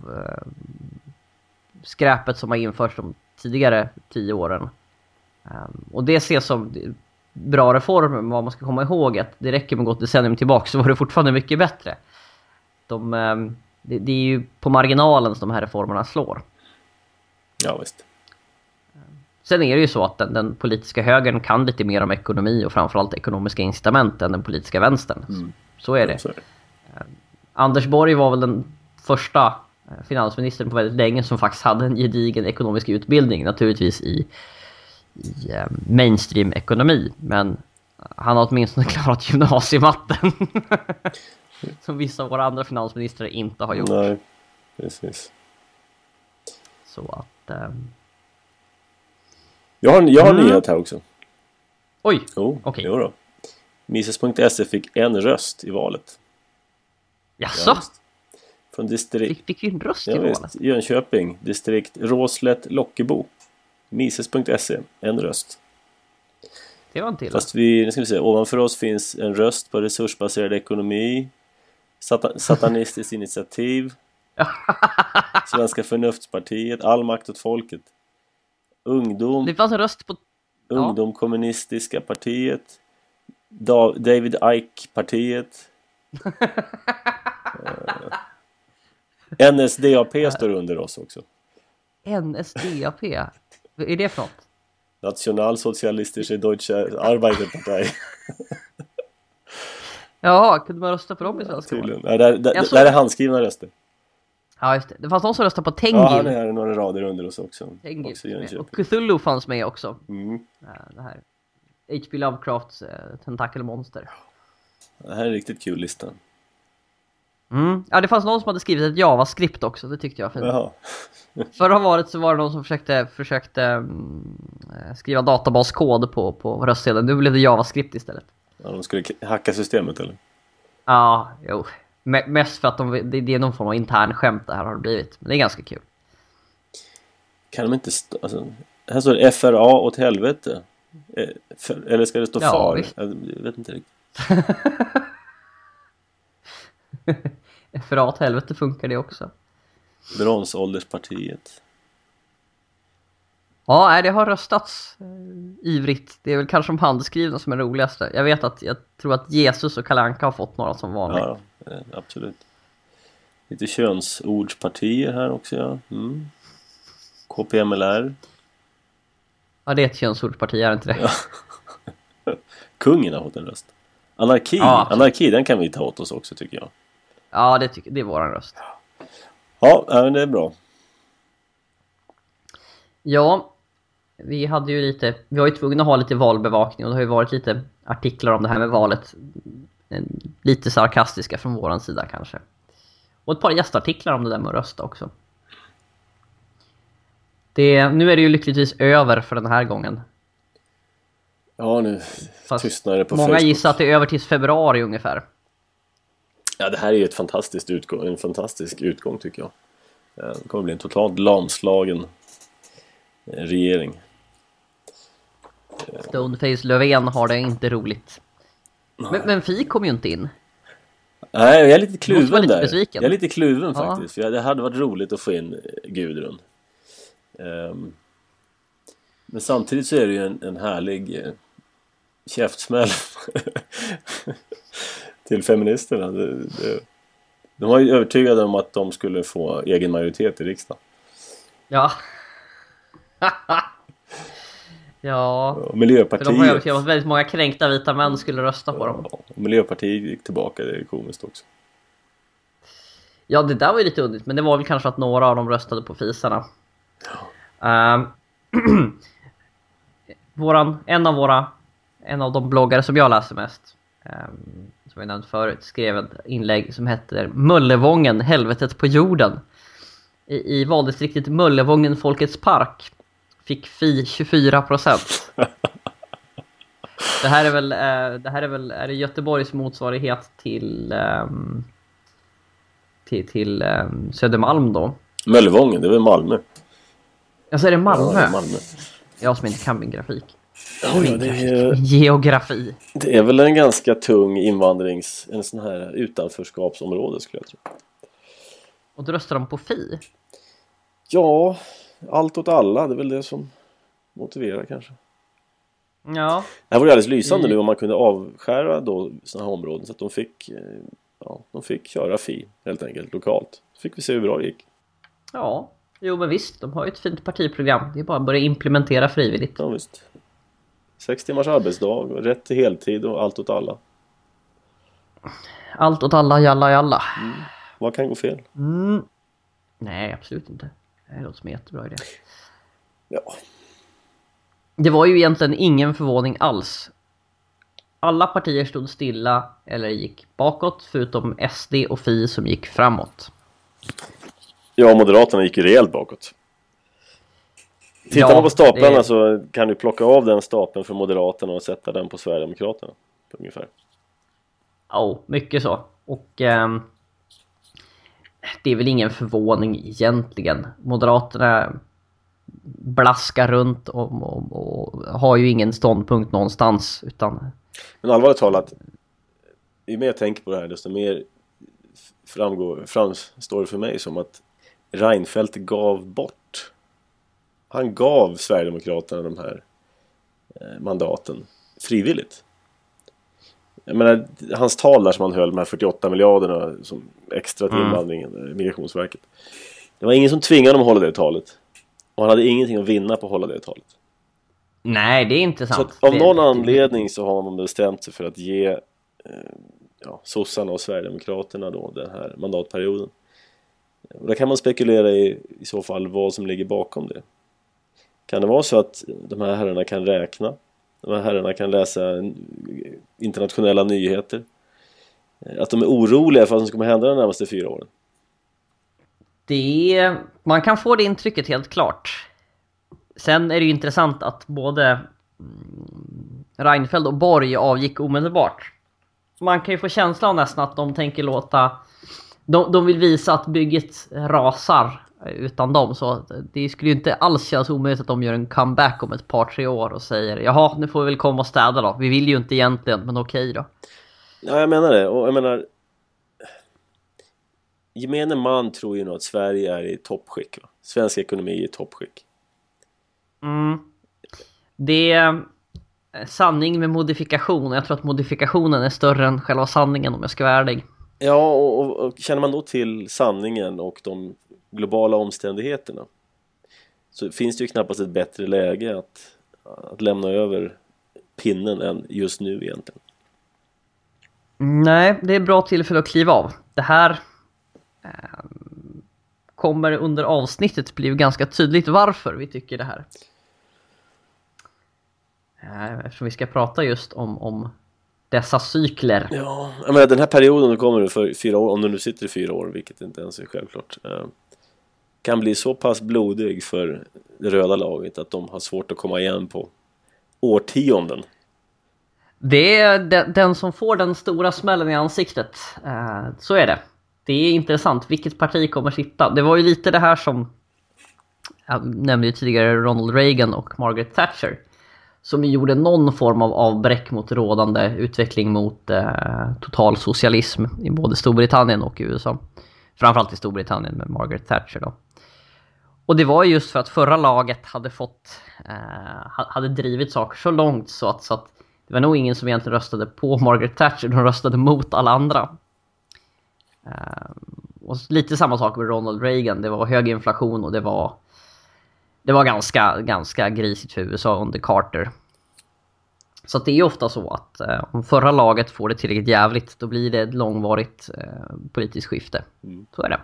skräpet som har införts de tidigare 10 åren. Och det ses som bra reformer, men vad man ska komma ihåg att det räcker med att gå ett decennium tillbaka så var det fortfarande mycket bättre. Det är ju på marginalen som de här reformerna slår. Ja, visst. Sen är det ju så att den politiska högern kan lite mer om ekonomi och framförallt ekonomiska incitament än den politiska vänstern. Så är det. Så är det. Anders Borg var väl den första finansministern på väldigt länge som faktiskt hade en gedigen ekonomisk utbildning, naturligtvis i mainstream-ekonomi, men han har åtminstone klarat gymnasiematten som vissa av våra andra finansministrar inte har gjort. Nej, precis. Så att... Jag har en nyhet här också. Oj, okej. Jo då. Mises.se fick en röst i valet. Jaså? Från distrikt... Fick ju en röst i valet? Jönköping, distrikt Råslätt-Lockebo. Mises.se, en röst. Det var en till. Fast nu ska vi se, ovanför oss finns en röst på resursbaserad ekonomi, Satanistiskt initiativ, Svenska förnuftspartiet, All makt åt folket, Ungdom. Det fanns en röst på... Ungdom kommunistiska partiet, David Icke-partiet. NSDAP står under oss också. NSDAP? Vad är det för något? Nationalsozialistische Deutsche Arbeiterpartei. Ja, kunde man rösta på dem i svenska? Tydligen. Ja, där är handskrivna röster. Ja, just det. Det fanns någon som röstade på Tengil. Ja, han är några rader under oss också. Tengil. Och Cthulhu fanns med också. Det här H.P. Lovecrafts tentakelmonster. Det här är en riktigt kul lista. Ja, det fanns någon som hade skrivit ett JavaScript också. Det tyckte jag var fint. Jaha. Förra året så var det någon som försökte skriva databaskod på röstsedeln. Nu blev det JavaScript istället. Ja, de skulle hacka systemet eller? Ja, jo. Mest för att det är någon form av intern skämt det här har det blivit. Men det är ganska kul. Kan de inte här står det FRA åt helvete. Eller ska det stå far? Visst. Jag vet inte riktigt. FRA åt helvete funkar det också. Bronsålderspartiet. Ja, det har röstats ivrigt. Det är väl kanske de handskrivna som är det roligaste. Jag tror att Jesus och Kalle Anka har fått några som vanligt. Ja, absolut. Lite könsordspartier här också, ja. KPMLR. Ja, det är ett könsordsparti, är det inte det? Ja. Kungen har fått en röst. Anarki, ja, anarki, den kan vi ta åt oss också tycker jag. Ja, det är våran röst. Ja, men det är bra. Ja, vi har ju tvungna att ha lite valbevakning och det har ju varit lite artiklar om det här med valet. Lite sarkastiska från våran sida kanske. Och ett par gästartiklar om det där med att rösta också. Nu är det ju lyckligtvis över för den här gången. Ja, nu tystnar det på många Facebook. gissar att det är över till februari ungefär. Ja, det här är ju en fantastisk utgång tycker jag. Det kommer bli en totalt lamslagen regering. Stoneface Löfven har det inte roligt. Men Fi kom ju inte in. Nej, jag är lite kluven lite där. besviken. Jag är lite kluven Ja. faktiskt. För det hade varit roligt att få in Gudrun. Men samtidigt så är det ju en härlig käftsmäll till feministerna. De var ju övertygade om att de skulle få egen majoritet i riksdagen. Ja. Ja. Och Miljöpartiet... För de var övertygade om att väldigt många kränkta vita män skulle rösta på dem. Ja, Miljöpartiet gick tillbaka, det är komiskt också. Ja, det där var ju lite underligt. Men det var väl kanske att några av dem röstade på fisarna. En av de bloggare som jag läser mest, som jag nämnt förut, skrev ett inlägg som heter Möllevången, helvetet på jorden. I valdistriktet Möllevången, Folkets park fick Fi 24%. Det här är väl är det Göteborgs motsvarighet till Södermalm då? Möllevången, det är väl Malmö. Alltså är det Malmö? Ja, Malmö. Jag som inte kan min grafik. Geografi. Det är väl en ganska tung en sån här utanförskapsområde skulle jag tro. Och då röstar de på Fi? Ja, allt åt alla, det är väl det som motiverar kanske. Ja. Det här vore alldeles lysande nu om man kunde avskära då såna här områden så att de fick köra Fi helt enkelt lokalt. Så fick vi se hur bra det gick. Ja, jo men visst, de har ju ett fint partiprogram. Det är bara att börja implementera frivilligt. Ja visst. 6 timmars arbetsdag, rätt till heltid och allt åt alla. Allt åt alla, jalla. Vad kan gå fel? Nej, absolut inte. Det låter som en jättebra idé. Ja. Det var ju egentligen ingen förvåning alls. Alla partier stod stilla eller gick bakåt förutom SD och Fi som gick framåt. Ja, Moderaterna gick ju rejält bakåt. Tittar man på staplarna så kan du plocka av den stapeln från Moderaterna och sätta den på Sverigedemokraterna ungefär. Ja, mycket så. Och det är väl ingen förvåning egentligen. Moderaterna blaskar runt och har ju ingen ståndpunkt någonstans. Men allvarligt talat, ju mer jag tänker på det här desto mer framstår det för mig som att Reinfeldt gav bort. Han gav Sverigedemokraterna de här mandaten frivilligt. Jag menar, hans tal där som han höll, de här 48 miljarderna som extra till invandringen, Migrationsverket. Det var ingen som tvingade honom att hålla det talet. Och han hade ingenting att vinna på att hålla det talet. Nej, det är inte sant. Så av någon anledning så har man bestämt sig för att ge sossarna och Sverigedemokraterna då den här mandatperioden. Och där kan man spekulera i så fall vad som ligger bakom det. Kan det vara så att de här herrarna kan räkna? De här herrarna kan läsa internationella nyheter? Att de är oroliga för vad som kommer hända de närmaste 4 åren? Man kan få det intrycket helt klart. Sen är det ju intressant att både Reinfeldt och Borg avgick omedelbart. Man kan ju få känslan nästan att de tänker låta... De vill visa att bygget rasar utan dem. Så det skulle ju inte alls kännas omöjligt att de gör en comeback om ett par 3 år och säger jaha, nu får vi väl komma och städa då. Vi vill ju inte egentligen, men okej då. Ja, jag menar det. Och jag menar... Gemene man tror ju nog att Sverige är i toppskick. Va? Svensk ekonomi är i toppskick. Det är sanning med modifikation. Jag tror att modifikationen är större än själva sanningen om jag ska vara ärlig. Ja, och känner man då till sanningen och de globala omständigheterna så finns det ju knappast ett bättre läge att lämna över pinnen än just nu egentligen. Nej, det är bra tillfälle att kliva av. Det här kommer under avsnittet bli ganska tydligt varför vi tycker det här. Eftersom vi ska prata just om dessa cykler. Ja, men den här perioden då kommer du för 4 år, om du nu sitter i 4 år, vilket inte ens är självklart, kan bli så pass blodig för det röda laget att de har svårt att komma igen på årtionden. Det är den som får den stora smällen i ansiktet. Så är det. Det är intressant. Vilket parti kommer sitta? Det var ju lite det här som jag nämnde tidigare, Ronald Reagan och Margaret Thatcher, som gjorde någon form av avbräck mot rådande utveckling mot total socialism i både Storbritannien och USA. Framförallt i Storbritannien med Margaret Thatcher då. Och det var just för att förra laget hade drivit saker så långt så att det var nog ingen som egentligen röstade på Margaret Thatcher. De röstade mot alla andra. Och lite samma sak med Ronald Reagan. Det var hög inflation och det var ganska grisigt för USA under Carter. Så att det är ofta så att om förra laget får det tillräckligt jävligt, då blir det ett långvarigt politiskt skifte. Så är det.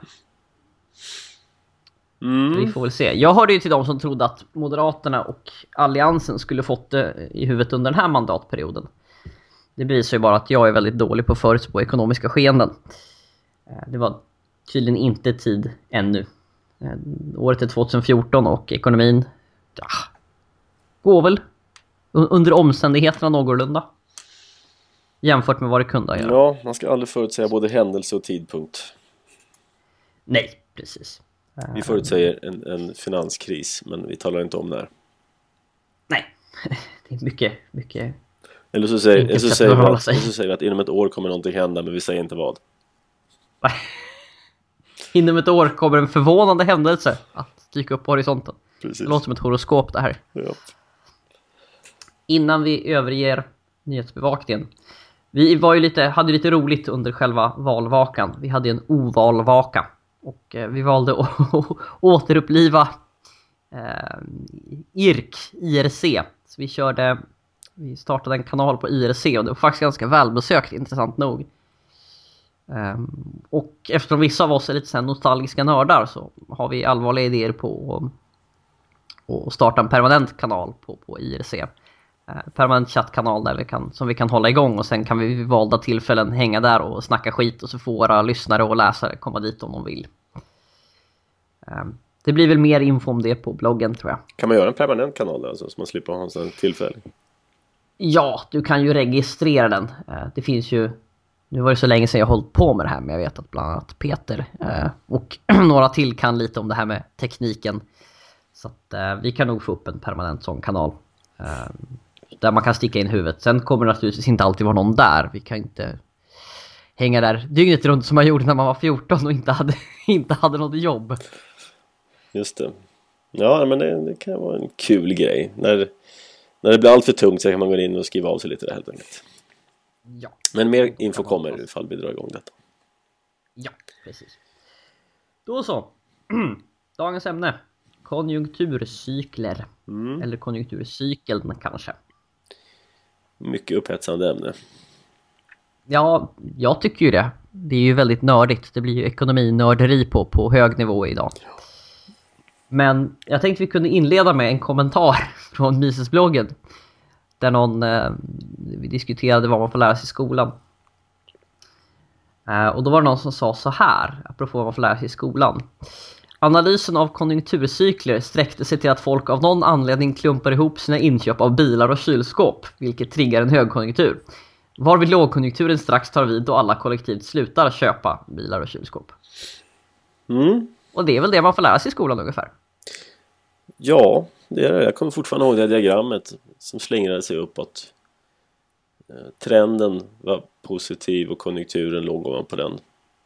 Vi får väl se. Jag hörde ju till dem som trodde att Moderaterna och Alliansen skulle fått det i huvudet under den här mandatperioden. Det bevisar ju bara att jag är väldigt dålig på att förutspå ekonomiska skeenden. Det var tydligen inte tid ännu. Året är 2014 och ekonomin går väl under omständigheterna någorlunda. Jämfört med vad det kunde göra. Ja, man ska aldrig förutsäga både händelse och tidpunkt. Nej, precis. Vi förutsäger en finanskris, men vi talar inte om när. Nej, det är mycket. Eller så säger vi att inom ett år kommer någonting hända, men vi säger inte vad. Inom ett år kommer en förvånande händelse att dyka upp på horisonten. Precis. Det låter som ett horoskop det här. Ja. Innan vi överger nyhetsbevakningen. Vi hade lite roligt under själva valvakan. Vi hade en ovalvaka. Och vi valde att återuppliva IRC. Så vi startade en kanal på IRC och det var faktiskt ganska välbesökt, intressant nog. Och eftersom vissa av oss är lite så här nostalgiska nördar så har vi allvarliga idéer på att starta en permanent kanal på IRC. Permanent chattkanal där som vi kan hålla igång och sen kan vi vid valda tillfällen hänga där och snacka skit och så får våra lyssnare och läsare komma dit om de vill. Det blir väl mer info om det på bloggen, tror jag. Kan man göra en permanent kanal där, alltså, så man slipper ha en sån tillfälle? Ja, du kan ju registrera den. Det finns ju... Nu var det så länge sedan jag hållit på med det här, men jag vet att bland annat Peter och några till kan lite om det här med tekniken. Så att vi kan nog få upp en permanent sån kanal. Där man kan sticka in huvudet. Sen kommer det naturligtvis inte alltid vara någon där. Vi kan inte hänga där dygnet runt som man gjorde när man var 14 och inte hade något jobb. Just det. Ja, men det kan vara en kul grej. När det blir allt för tungt så kan man gå in och skriva av sig lite där, helt enkelt. Ja. Men mer info kommer ifall vi drar igång detta. Ja, precis. Då så. Dagens ämne. Konjunkturcykler. Eller konjunkturcykeln kanske. Mycket upphetsande ämne. Ja, jag tycker ju det. Det är ju väldigt nördigt. Det blir ju ekonominörderi på hög nivå idag. Men jag tänkte vi kunde inleda med en kommentar från Misesbloggen. Där vi diskuterade vad man får lära sig i skolan. Och då var det någon som sa så här, apropå vad man får lära sig i skolan. Analysen av konjunkturcykler sträckte sig till att folk av någon anledning klumpar ihop sina inköp av bilar och kylskåp, vilket triggar en högkonjunktur. Varvid lågkonjunkturen strax tar vid och alla kollektivt slutar köpa bilar och kylskåp. Och det är väl det man får lära sig i skolan ungefär. Ja, det är det. Jag kommer fortfarande ihåg det diagrammet som slingrade sig uppåt. Trenden var positiv och konjunkturen låg ovanpå den.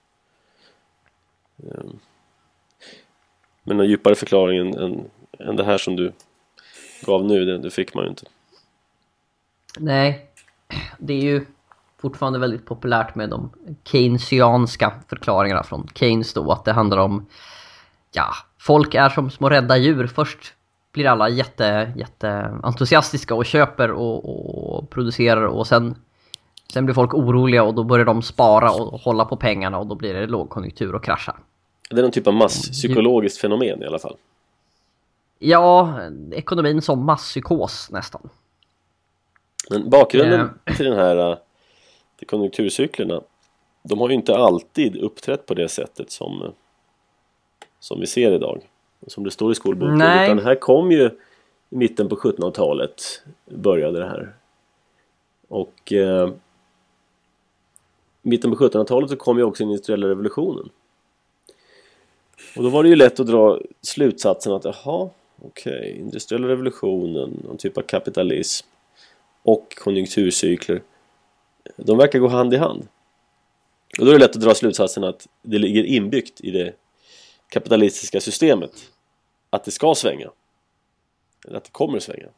Men den djupare förklaringen än det här som du gav nu, det fick man ju inte. Nej, det är ju fortfarande väldigt populärt med de keynesianska förklaringarna från Keynes då, att det handlar om folk är som små rädda djur. Först blir alla jätte entusiastiska och köper och producerar och sen blir folk oroliga och då börjar de spara och hålla på pengarna och då blir det lågkonjunktur och kraschar. Det är någon typ av masspsykologiskt fenomen i alla fall. Ja, ekonomin som masspsykos nästan. Men bakgrunden till den här till konjunkturcyklerna, de har ju inte alltid uppträtt på det sättet som vi ser idag. Som det står i skolboken. Nej. Utan det här kom ju i mitten på 1700-talet började det här. Och i mitten på 1700-talet så kom ju också den industriella revolutionen. Och då var det ju lätt att dra slutsatsen att industriella revolutionen, någon typ av kapitalism och konjunkturcykler, de verkar gå hand i hand. Och då är det lätt att dra slutsatsen att det ligger inbyggt i det kapitalistiska systemet att det ska svänga. Eller att det kommer att svänga.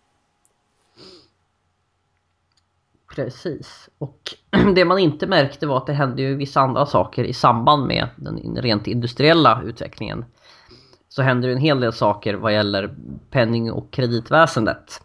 Precis. Och det man inte märkte var att det hände ju vissa andra saker i samband med den rent industriella utvecklingen. Så hände det en hel del saker vad gäller penning- och kreditväsendet.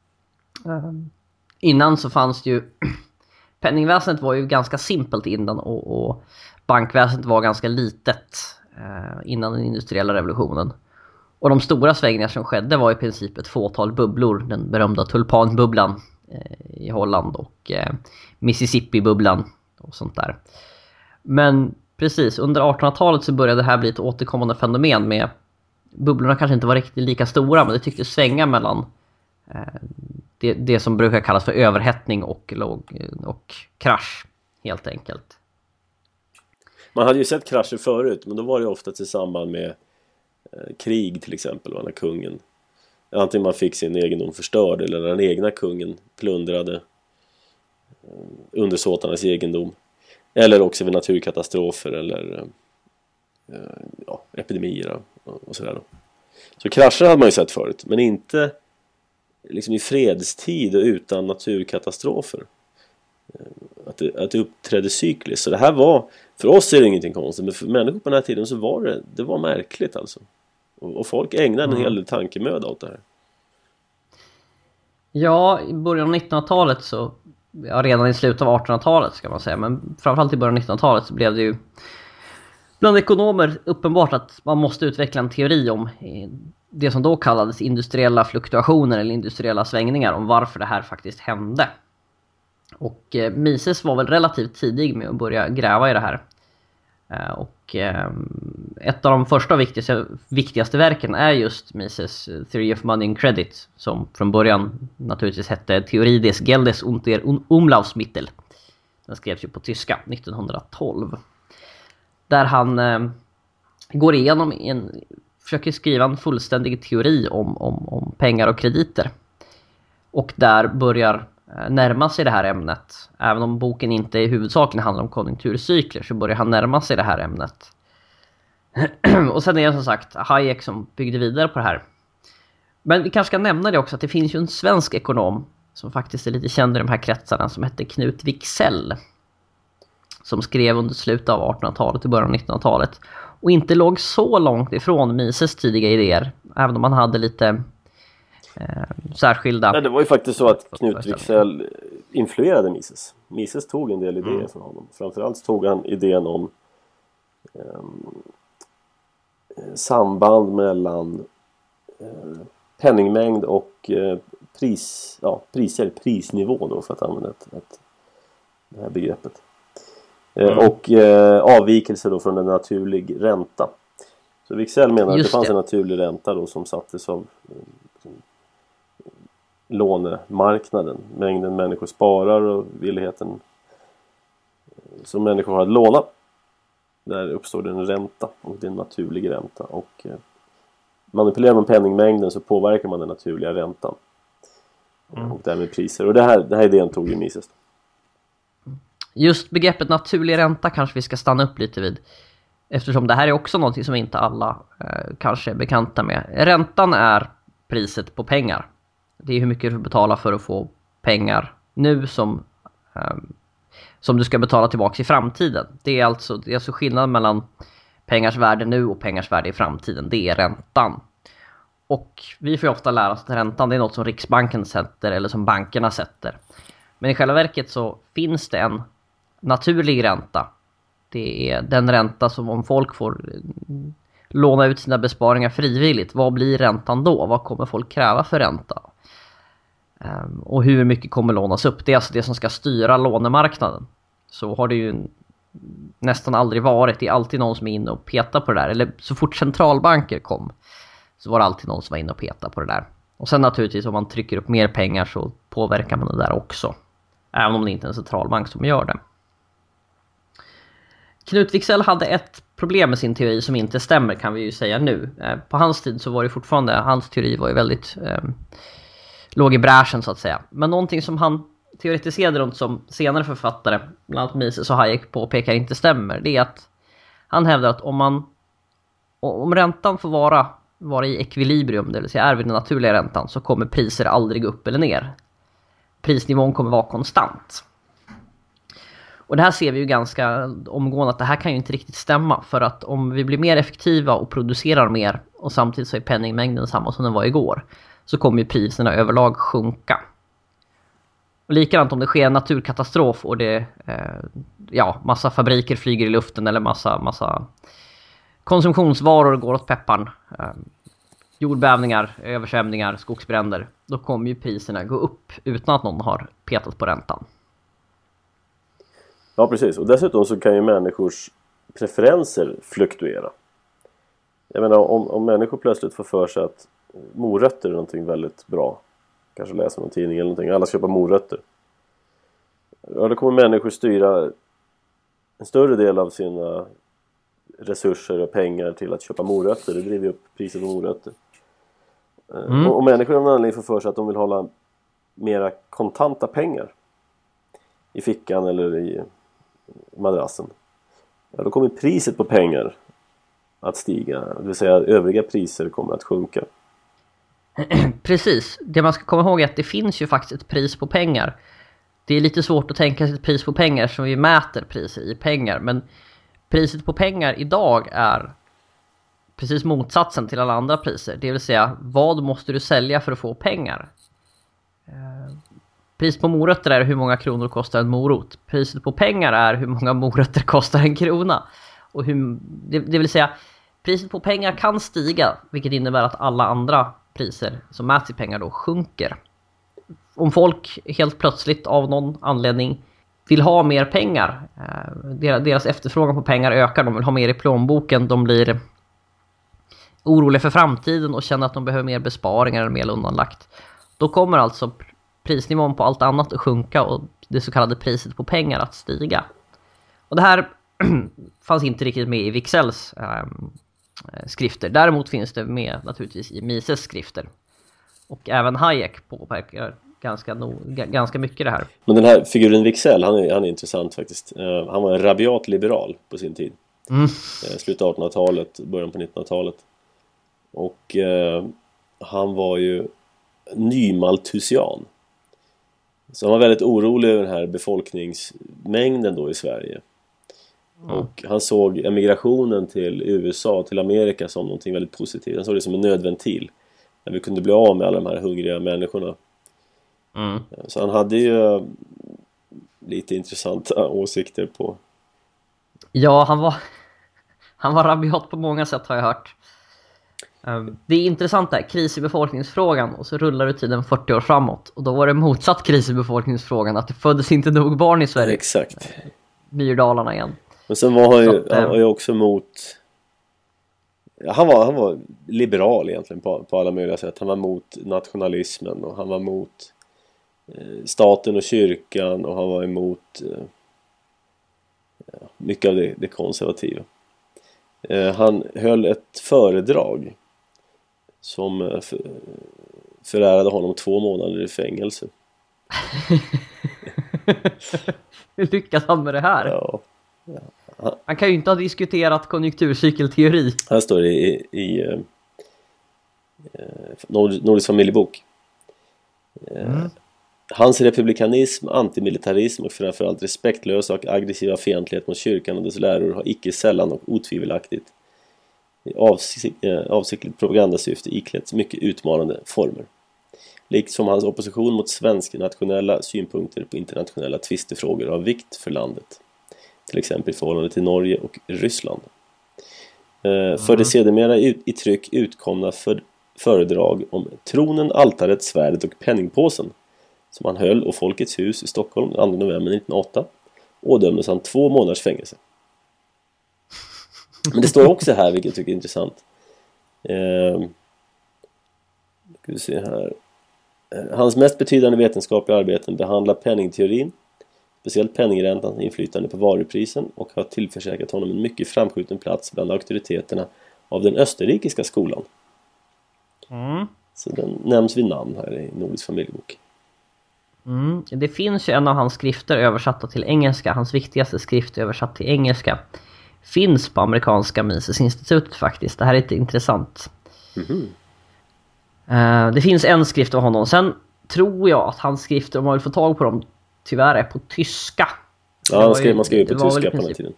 Innan så fanns det ju... Penningväsendet var ju ganska simpelt innan och bankväsendet var ganska litet innan den industriella revolutionen. Och de stora svängningar som skedde var i princip ett fåtal bubblor. Den berömda tulpanbubblan i Holland och Mississippi-bubblan och sånt där. Men precis, under 1800-talet så började det här bli ett återkommande fenomen med bubblorna kanske inte var riktigt lika stora, men det tycktes svänga mellan det som brukar kallas för överhettning och krasch helt enkelt. Man hade ju sett krascher förut, men då var det ofta i samband med krig till exempel, när kungen antingen man fick sin egendom förstörd eller när den egna kungen plundrade undersåtarnas egendom, eller också vid naturkatastrofer eller epidemier och sådär då. Så krascher hade man ju sett förut, men inte liksom i fredstid och utan naturkatastrofer. Att det uppträdde cykliskt. Så det här var, för oss är det ingenting konstigt, men för människor på den här tiden så var det var märkligt alltså. Och folk ägnade en hel del tankemöda åt det här. Ja, i början av 1900-talet så, redan i slutet av 1800-talet ska man säga, men framförallt i början av 1900-talet så blev det ju bland ekonomer uppenbart att man måste utveckla en teori om det som då kallades industriella fluktuationer eller industriella svängningar, om varför det här faktiskt hände. Och Mises var väl relativt tidig med att börja gräva i det här. Och ett av de första viktigaste verken är just Mises Theory of Money and Credit, som från början naturligtvis hette Theorie des Geldes und der Umlaufsmittel. Den skrevs ju på tyska 1912. Där han går igenom försöker skriva en fullständig teori om pengar och krediter. Och där börjar närma sig det här ämnet. Även om boken inte i huvudsakligen handlar om konjunkturcykler, så börjar han närma sig det här ämnet. Och sen är det som sagt Hayek som byggde vidare på det här. Men vi kanske ska nämna det också, att det finns ju en svensk ekonom som faktiskt är lite känd i de här kretsarna, som heter Knut Wicksell, som skrev under slutet av 1800-talet och början av 1900-talet, och inte låg så långt ifrån Mises tidiga idéer, även om han hade lite särskilda... Nej, det var ju faktiskt så att Knut Wicksell influerade Mises. Mises tog en del idéer från honom. Framförallt tog han idén om samband mellan penningmängd och prisnivå då, för att använda det här begreppet. Och avvikelse då från en naturlig ränta. Så Wicksell menar att det fanns en naturlig ränta då som sattes av lånemarknaden. Mängden människor sparar och villigheten som människor har att låna. Där uppstår det en ränta, och det är en naturlig ränta. Och manipulerar man penningmängden så påverkar man den naturliga räntan. Och därmed priser. Och den här idén tog ju Mises. Just begreppet naturlig ränta kanske vi ska stanna upp lite vid. Eftersom det här är också något som inte alla kanske är bekanta med. Räntan är priset på pengar. Det är hur mycket du betalar för att få pengar nu som du ska betala tillbaka i framtiden. Det är alltså skillnaden mellan pengars värde nu och pengars värde i framtiden. Det är räntan. Och vi får ju ofta lära oss att räntan, det är något som Riksbanken sätter eller som bankerna sätter. Men i själva verket så finns det en naturlig ränta. Det är den ränta som, om folk får låna ut sina besparingar frivilligt, vad blir räntan då? Vad kommer folk kräva för ränta? Och hur mycket kommer lånas upp? Det är alltså det som ska styra lånemarknaden. Så har det ju nästan aldrig varit. Det är alltid någon som är inne och petar på det där. Eller så fort centralbanker kom så var det alltid någon som var inne och petade på det där. Och sen naturligtvis om man trycker upp mer pengar så påverkar man det där också. Även om det inte är en centralbank som gör det. Knut Wicksell hade ett problem med sin teori som inte stämmer, kan vi ju säga nu. På hans tid så var det fortfarande, hans teori var ju väldigt låg i bräschen så att säga. Men någonting som han teoretiserade runt som senare författare, bland annat Mises och Hayek, påpekar inte stämmer. Det är att han hävdar att om räntan får vara i ekvilibrium, det vill säga är vid den naturliga räntan, så kommer priser aldrig upp eller ner. Prisnivån kommer vara konstant. Och det här ser vi ju ganska omgående att det här kan ju inte riktigt stämma. För att om vi blir mer effektiva och producerar mer och samtidigt så är penningmängden samma som den var igår, så kommer ju priserna överlag sjunka. Och likadant om det sker en naturkatastrof och det massa fabriker flyger i luften eller massa konsumtionsvaror går åt pepparn. Jordbävningar, översvämningar, skogsbränder. Då kommer ju priserna gå upp utan att någon har petat på räntan. Ja, precis. Och dessutom så kan ju människors preferenser fluktuera. Jag menar, om människor plötsligt får för sig att morötter är någonting väldigt bra, kanske läsa någon tidning eller någonting. Alla köper morötter. Ja, då kommer människor styra en större del av sina resurser och pengar till att köpa morötter. Det driver upp priset på morötter. Och människor av en anledning får för sig att de vill hålla mera kontanta pengar i fickan eller i madrassen. Ja, då kommer priset på pengar att stiga. Det vill säga övriga priser kommer att sjunka. Precis. Det man ska komma ihåg är att det finns ju faktiskt ett pris på pengar. Det är lite svårt att tänka sig ett pris på pengar som vi mäter priser i pengar. Men priset på pengar idag är precis motsatsen till alla andra priser. Det vill säga, vad måste du sälja för att få pengar? Pris på morötter är hur många kronor kostar en morot. Priset på pengar är hur många morötter kostar en krona. Och det vill säga, priset på pengar kan stiga, vilket innebär att alla andra priser som mäts i pengar då sjunker. Om folk helt plötsligt av någon anledning vill ha mer pengar, deras efterfrågan på pengar ökar, de vill ha mer i plånboken, de blir oroliga för framtiden och känner att de behöver mer besparingar eller mer undanlagt. Då kommer alltså prisnivån på allt annat att sjunka och det så kallade priset på pengar att stiga. Och det här fanns inte riktigt med i Wicksells skrifter. Däremot finns det med naturligtvis i Mises skrifter. Och även Hayek påverkar ganska mycket det här. Men den här figuren Wicksell, han är intressant faktiskt. Han var en rabiat liberal på sin tid. Slutet av 1800-talet, början på 1900-talet. Och han var ju nymalthusian. Så han var väldigt orolig över den här befolkningsmängden då i Sverige. Och han såg emigrationen till USA, till Amerika som någonting väldigt positivt. Han såg det som en nödventil. När vi kunde bli av med alla de här hungriga människorna. Så han hade ju lite intressanta åsikter på... Ja, han var rabiat på många sätt har jag hört. Det är intressant där, kris i befolkningsfrågan, och så rullar det tiden 40 år framåt. Och då var det motsatt kris i befolkningsfrågan, att det föddes inte nog barn i Sverige. Exakt. Myrdalarna igen. Men sen var han ju också mot... Han var liberal egentligen på alla möjliga sätt. Han var mot nationalismen och han var mot staten och kyrkan och han var emot mycket av det konservativa. Han höll ett föredrag som förärade honom 2 månader i fängelse. Hur lyckas han med det här? Ja. Han kan ju inte ha diskuterat konjunkturcykelteori. Här står det i Nordisk familjebok. Hans republikanism, antimilitarism och framförallt respektlösa och aggressiva fientlighet mot kyrkan och dess läror har icke sällan och otvivelaktigt i avsiktligt propagandasyfte iklätts mycket utmanande former. Liksom hans opposition mot svenska nationella synpunkter på internationella tvistefrågor av vikt för landet. Till exempel i förhållande till Norge och Ryssland. För det sedermera i tryck utkomna föredrag om tronen, altaret, svärdet och penningpåsen som han höll och Folkets hus i Stockholm 2 november 1908 ådömdes han 2 månaders fängelse. Men det står också här, vilket jag tycker är intressant. Ska vi se här. Hans mest betydande vetenskapliga arbeten behandlar penningteorin, speciellt penningräntans inflytande på varuprisen, och har tillförsäkrat honom en mycket framskjuten plats bland auktoriteterna av den österrikiska skolan. Så den nämns vid namn här i Nordisk familjebok. Det finns ju en av hans skrifter översatta till engelska. Hans viktigaste skrift översatt till engelska finns på amerikanska Mises-institutet faktiskt. Det här är lite intressant. Det finns en skrift av honom. Sen tror jag att hans skrifter, om man vill få tag på dem, tyvärr är på tyska. Ja, man skrev på tyska på den här tiden.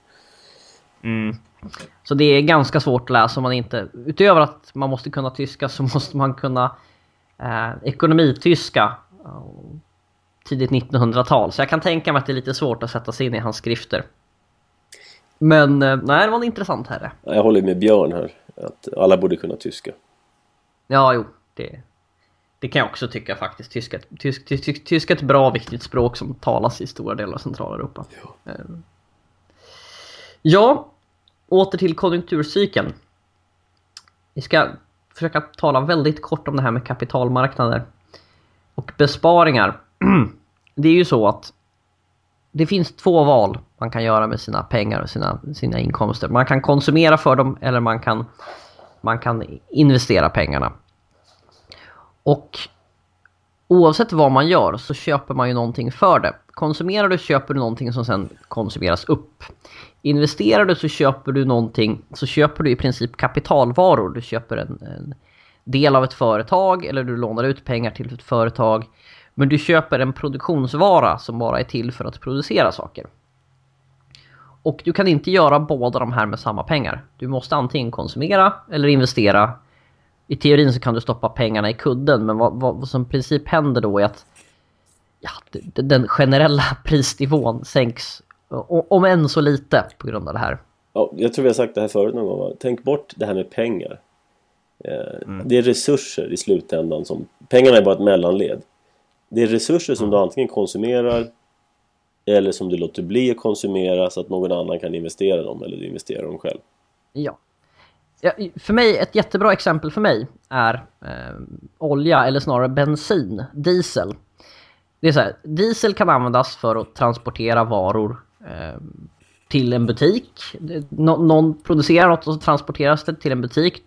Så det är ganska svårt att läsa om man inte... Utöver att man måste kunna tyska så måste man kunna ekonomityska tidigt 1900-tal. Så jag kan tänka mig att det är lite svårt att sätta sig in i hans skrifter. Men nej, det var en intressant herre. Jag håller med Björn här. Att alla borde kunna tyska. Ja, jo. Det kan jag också tycka faktiskt. Tyska är ett bra, viktigt språk som talas i stora delar av Centraleuropa. Ja, åter till konjunkturcykeln. Vi ska försöka tala väldigt kort om det här med kapitalmarknader. Och besparingar. Det är ju så att det finns två val man kan göra med sina pengar och sina inkomster. Man kan konsumera för dem eller man kan investera pengarna. Och oavsett vad man gör så köper man ju någonting för det. Konsumerar du köper du någonting som sen konsumeras upp. Investerar du så köper du någonting, så köper du i princip kapitalvaror. Du köper en del av ett företag eller du lånar ut pengar till ett företag. Men du köper en produktionsvara som bara är till för att producera saker. Och du kan inte göra båda de här med samma pengar. Du måste antingen konsumera eller investera. I teorin så kan du stoppa pengarna i kudden. Men vad som i princip händer då är att den generella prisnivån sänks. Om än så lite på grund av det här. Ja, jag tror vi har sagt det här förut någon gång. Tänk bort det här med pengar. Det är resurser i slutändan. Pengarna är bara ett mellanled. Det är resurser som du antingen konsumerar eller som du låter bli att konsumera så att någon annan kan investera dem eller du investerar dem själv. Ja. För mig, ett jättebra exempel för mig är olja eller snarare bensin, diesel. Det är så här, diesel kan användas för att transportera varor till en butik. Någon producerar något och så transporteras det till en butik.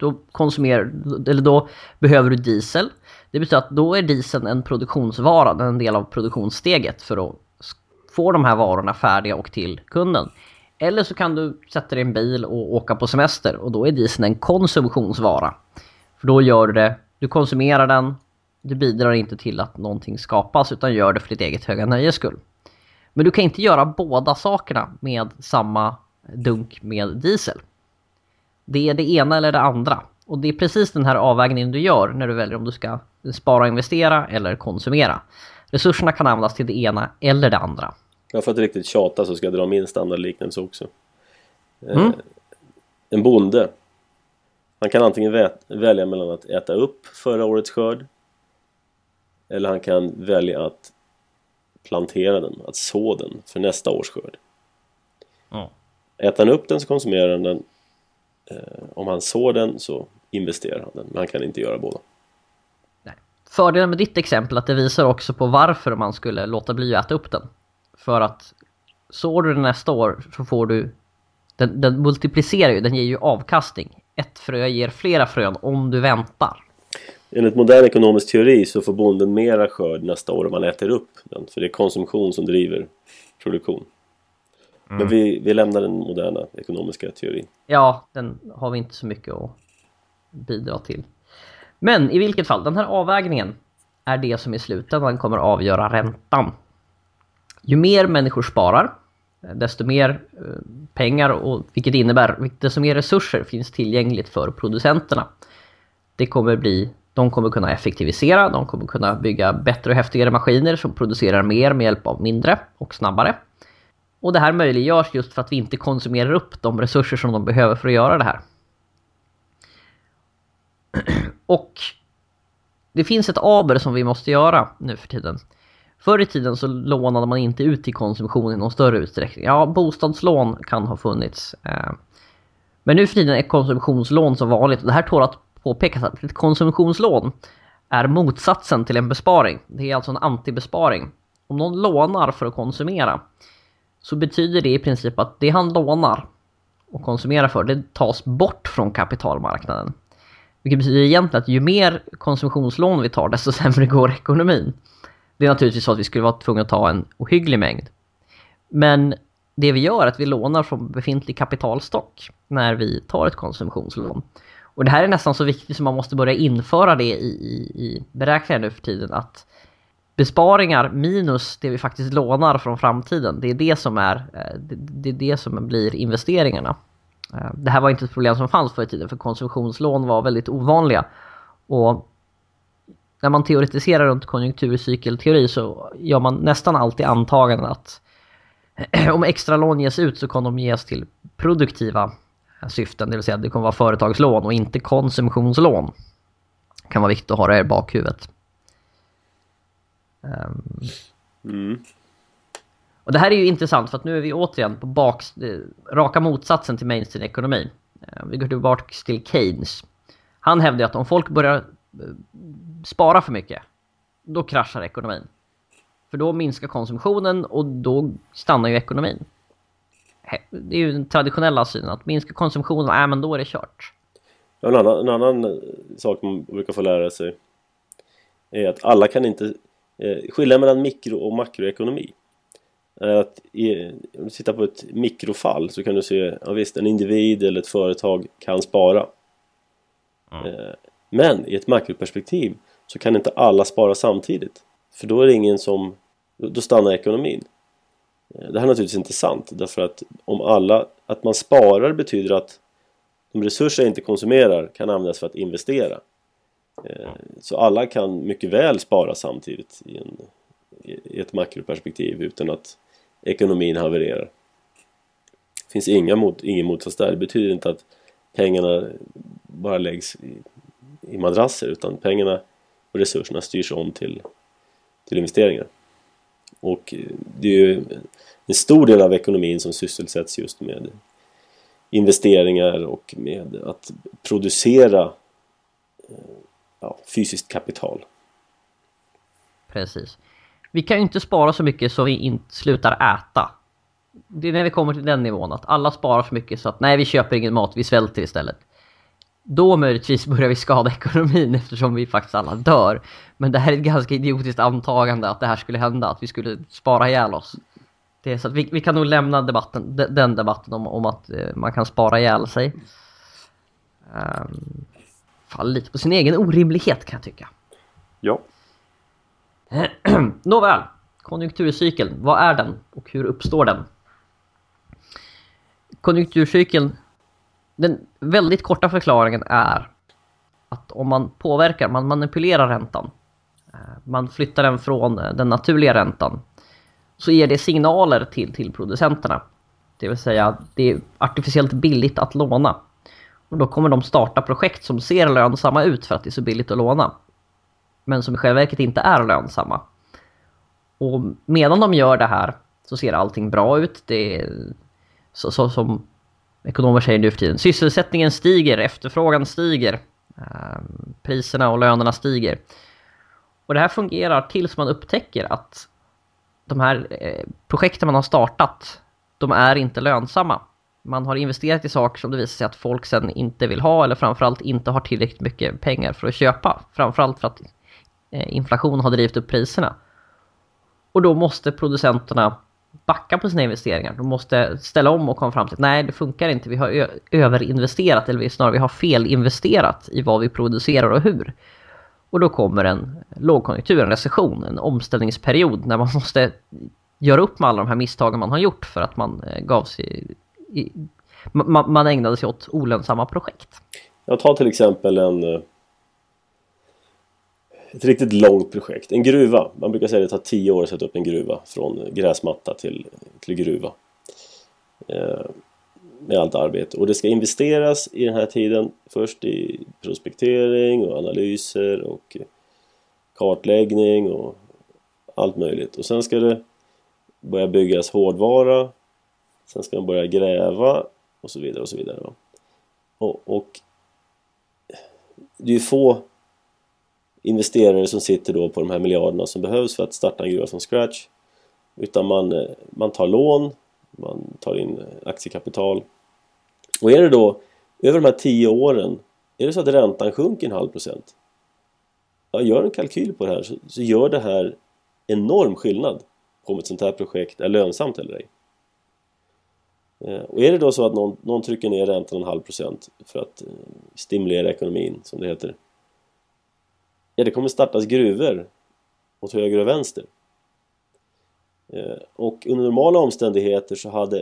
Då behöver du diesel. Det betyder att då är dieseln en produktionsvara, en del av produktionssteget för att få de här varorna färdiga och till kunden. Eller så kan du sätta dig i en bil och åka på semester och då är dieseln en konsumtionsvara. För då gör du konsumerar den, du bidrar inte till att någonting skapas utan gör det för ditt eget höga nöjes skull. Men du kan inte göra båda sakerna med samma dunk med diesel. Det är det ena eller det andra. Och det är precis den här avvägningen du gör när du väljer om du ska spara och investera eller konsumera. Resurserna kan användas till det ena eller det andra. Ja, för att riktigt tjata så ska jag dra min standardliknelse också. En bonde. Han kan antingen välja mellan att äta upp förra årets skörd. Eller han kan välja att plantera den, att så den för nästa års skörd. Äter han upp den så konsumerar han den. Om han sår den så investerar han den. Men han kan inte göra båda. Nej. Fördelen med ditt exempel är att det visar också på varför man skulle låta bli att äta upp den. För att sår du den nästa år så får du den multiplicerar ju, den ger ju avkastning. Ett frö ger flera frön om du väntar. Enligt modern ekonomisk teori så får bonden mera skörd nästa år om man äter upp den. För det är konsumtion som driver produktion. Men vi lämnar den moderna ekonomiska teorin. Ja, den har vi inte så mycket att bidra till. Men i vilket fall, den här avvägningen är det som i slutändan kommer att avgöra räntan. Ju mer människor sparar, desto mer pengar och vilket innebär desto mer resurser finns tillgängligt för producenterna. De kommer kunna effektivisera, de kommer kunna bygga bättre och häftigare maskiner som producerar mer med hjälp av mindre och snabbare. Och det här möjliggörs just för att vi inte konsumerar upp de resurser som de behöver för att göra det här. Och det finns ett aber som vi måste göra nu för tiden. Förr i tiden så lånade man inte ut till konsumtion i någon större utsträckning. Ja, bostadslån kan ha funnits. Men nu för tiden är konsumtionslån så vanligt. Och det här tål att påpekas att ett konsumtionslån är motsatsen till en besparing. Det är alltså en antibesparing. Om någon lånar för att konsumera så betyder det i princip att det han lånar och konsumerar för, det tas bort från kapitalmarknaden. Vilket betyder egentligen att ju mer konsumtionslån vi tar, desto sämre går ekonomin. Det är naturligtvis så att vi skulle vara tvungna att ta en ohygglig mängd. Men det vi gör är att vi lånar från befintlig kapitalstock när vi tar ett konsumtionslån. Och det här är nästan så viktigt som man måste börja införa det i beräkningar nu för tiden, att besparingar minus det vi faktiskt lånar från framtiden, det är det som blir investeringarna. Det här var inte ett problem som fanns förr i tiden, för konsumtionslån var väldigt ovanliga. Och när man teoretiserar runt konjunkturcykelteori så gör man nästan alltid antaganden att om extra lån ges ut så kan de ges till produktiva syften, det vill säga att det kommer vara företagslån och inte konsumtionslån. Det kan vara viktigt att ha det i bakhuvudet. Och det här är ju intressant för att nu är vi återigen på raka motsatsen till mainstream-ekonomi. Vi går tillbaka till Keynes. Han hävdar att om folk börjar spara för mycket, då kraschar ekonomin. För då minskar konsumtionen och då stannar ju ekonomin. Det är ju den traditionella synen, att minska konsumtionen, men då är det kört. Ja, en annan sak man brukar få lära sig är att alla kan inte skilja mellan mikro- och makroekonomi. Att om du tittar på ett mikrofall så kan du se, ja visst, en individ eller ett företag kan spara. Men i ett makroperspektiv så kan inte alla spara samtidigt. För då är det ingen som, då stannar ekonomin. Det här är naturligtvis inte sant, därför att att man sparar betyder att de resurser jag inte konsumerar kan användas för att investera. Så alla kan mycket väl spara samtidigt i ett makroperspektiv utan att ekonomin havererar. Det finns ingen motsats där. Det betyder inte att pengarna bara läggs i madrasser, utan pengarna och resurserna styrs om till investeringar. Och det är ju en stor del av ekonomin som sysselsätts just med investeringar och med att producera fysiskt kapital. Precis. Vi kan ju inte spara så mycket så vi inte slutar äta. Det är när vi kommer till den nivån att alla sparar så mycket så att nej, vi köper ingen mat, vi svälter istället. Då möjligtvis börjar vi skada ekonomin eftersom vi faktiskt alla dör. Men det här är ett ganska idiotiskt antagande att det här skulle hända, att vi skulle spara ihjäl oss. Det är så att vi kan nog lämna den debatten om att man kan spara ihjäl sig. Faller lite på sin egen orimlighet, kan jag tycka. Ja. Nåväl, konjunkturcykeln, vad är den och hur uppstår den? Konjunkturcykeln, den väldigt korta förklaringen är att om man manipulerar räntan, man flyttar den från den naturliga räntan, så ger det signaler till producenterna. Det vill säga att det är artificiellt billigt att låna. Och då kommer de starta projekt som ser lönsamma ut för att det är så billigt att låna, men som i själva verket inte är lönsamma. Och medan de gör det här så ser allting bra ut. Det är så som ekonomer säger nu för tiden. Sysselsättningen stiger, efterfrågan stiger, priserna och lönerna stiger. Och det här fungerar tills man upptäcker att de här projekten man har startat, de är inte lönsamma. Man har investerat i saker som det visar sig att folk sen inte vill ha, eller framförallt inte har tillräckligt mycket pengar för att köpa. Framförallt för att inflation har drivit upp priserna. Och då måste producenterna backa på sina investeringar. De måste ställa om och komma fram till att nej, det funkar inte. Vi har överinvesterat, eller snarare vi har felinvesterat i vad vi producerar och hur. Och då kommer en lågkonjunktur, en recession, en omställningsperiod när man måste göra upp med alla de här misstagen man har gjort för att man gav sig man ägnade sig åt olönsamma projekt. Jag tar till exempel ett riktigt långt projekt. En gruva. Man brukar säga att det tar 10 år att sätta upp en gruva. Från gräsmatta till gruva. Med allt arbete. Och det ska investeras i den här tiden. Först i prospektering och analyser och kartläggning och allt möjligt. Och sen ska det börja byggas hårdvara. Sen ska man börja gräva och så vidare och så vidare. Och det är ju få investerare som sitter då på de här miljarderna som behövs för att starta en gruva från scratch. Utan man tar lån, man tar in aktiekapital. Och är det då över de här 10 åren, är det så att räntan sjunker 0,5%? Ja, gör en kalkyl på det här så gör det här enorm skillnad på om ett sånt här projekt är lönsamt eller ej. Och är det då så att någon trycker ner räntan 0,5% för att stimulera ekonomin, som det heter, ja, det kommer startas gruvor åt höger och vänster. Och under normala omständigheter så hade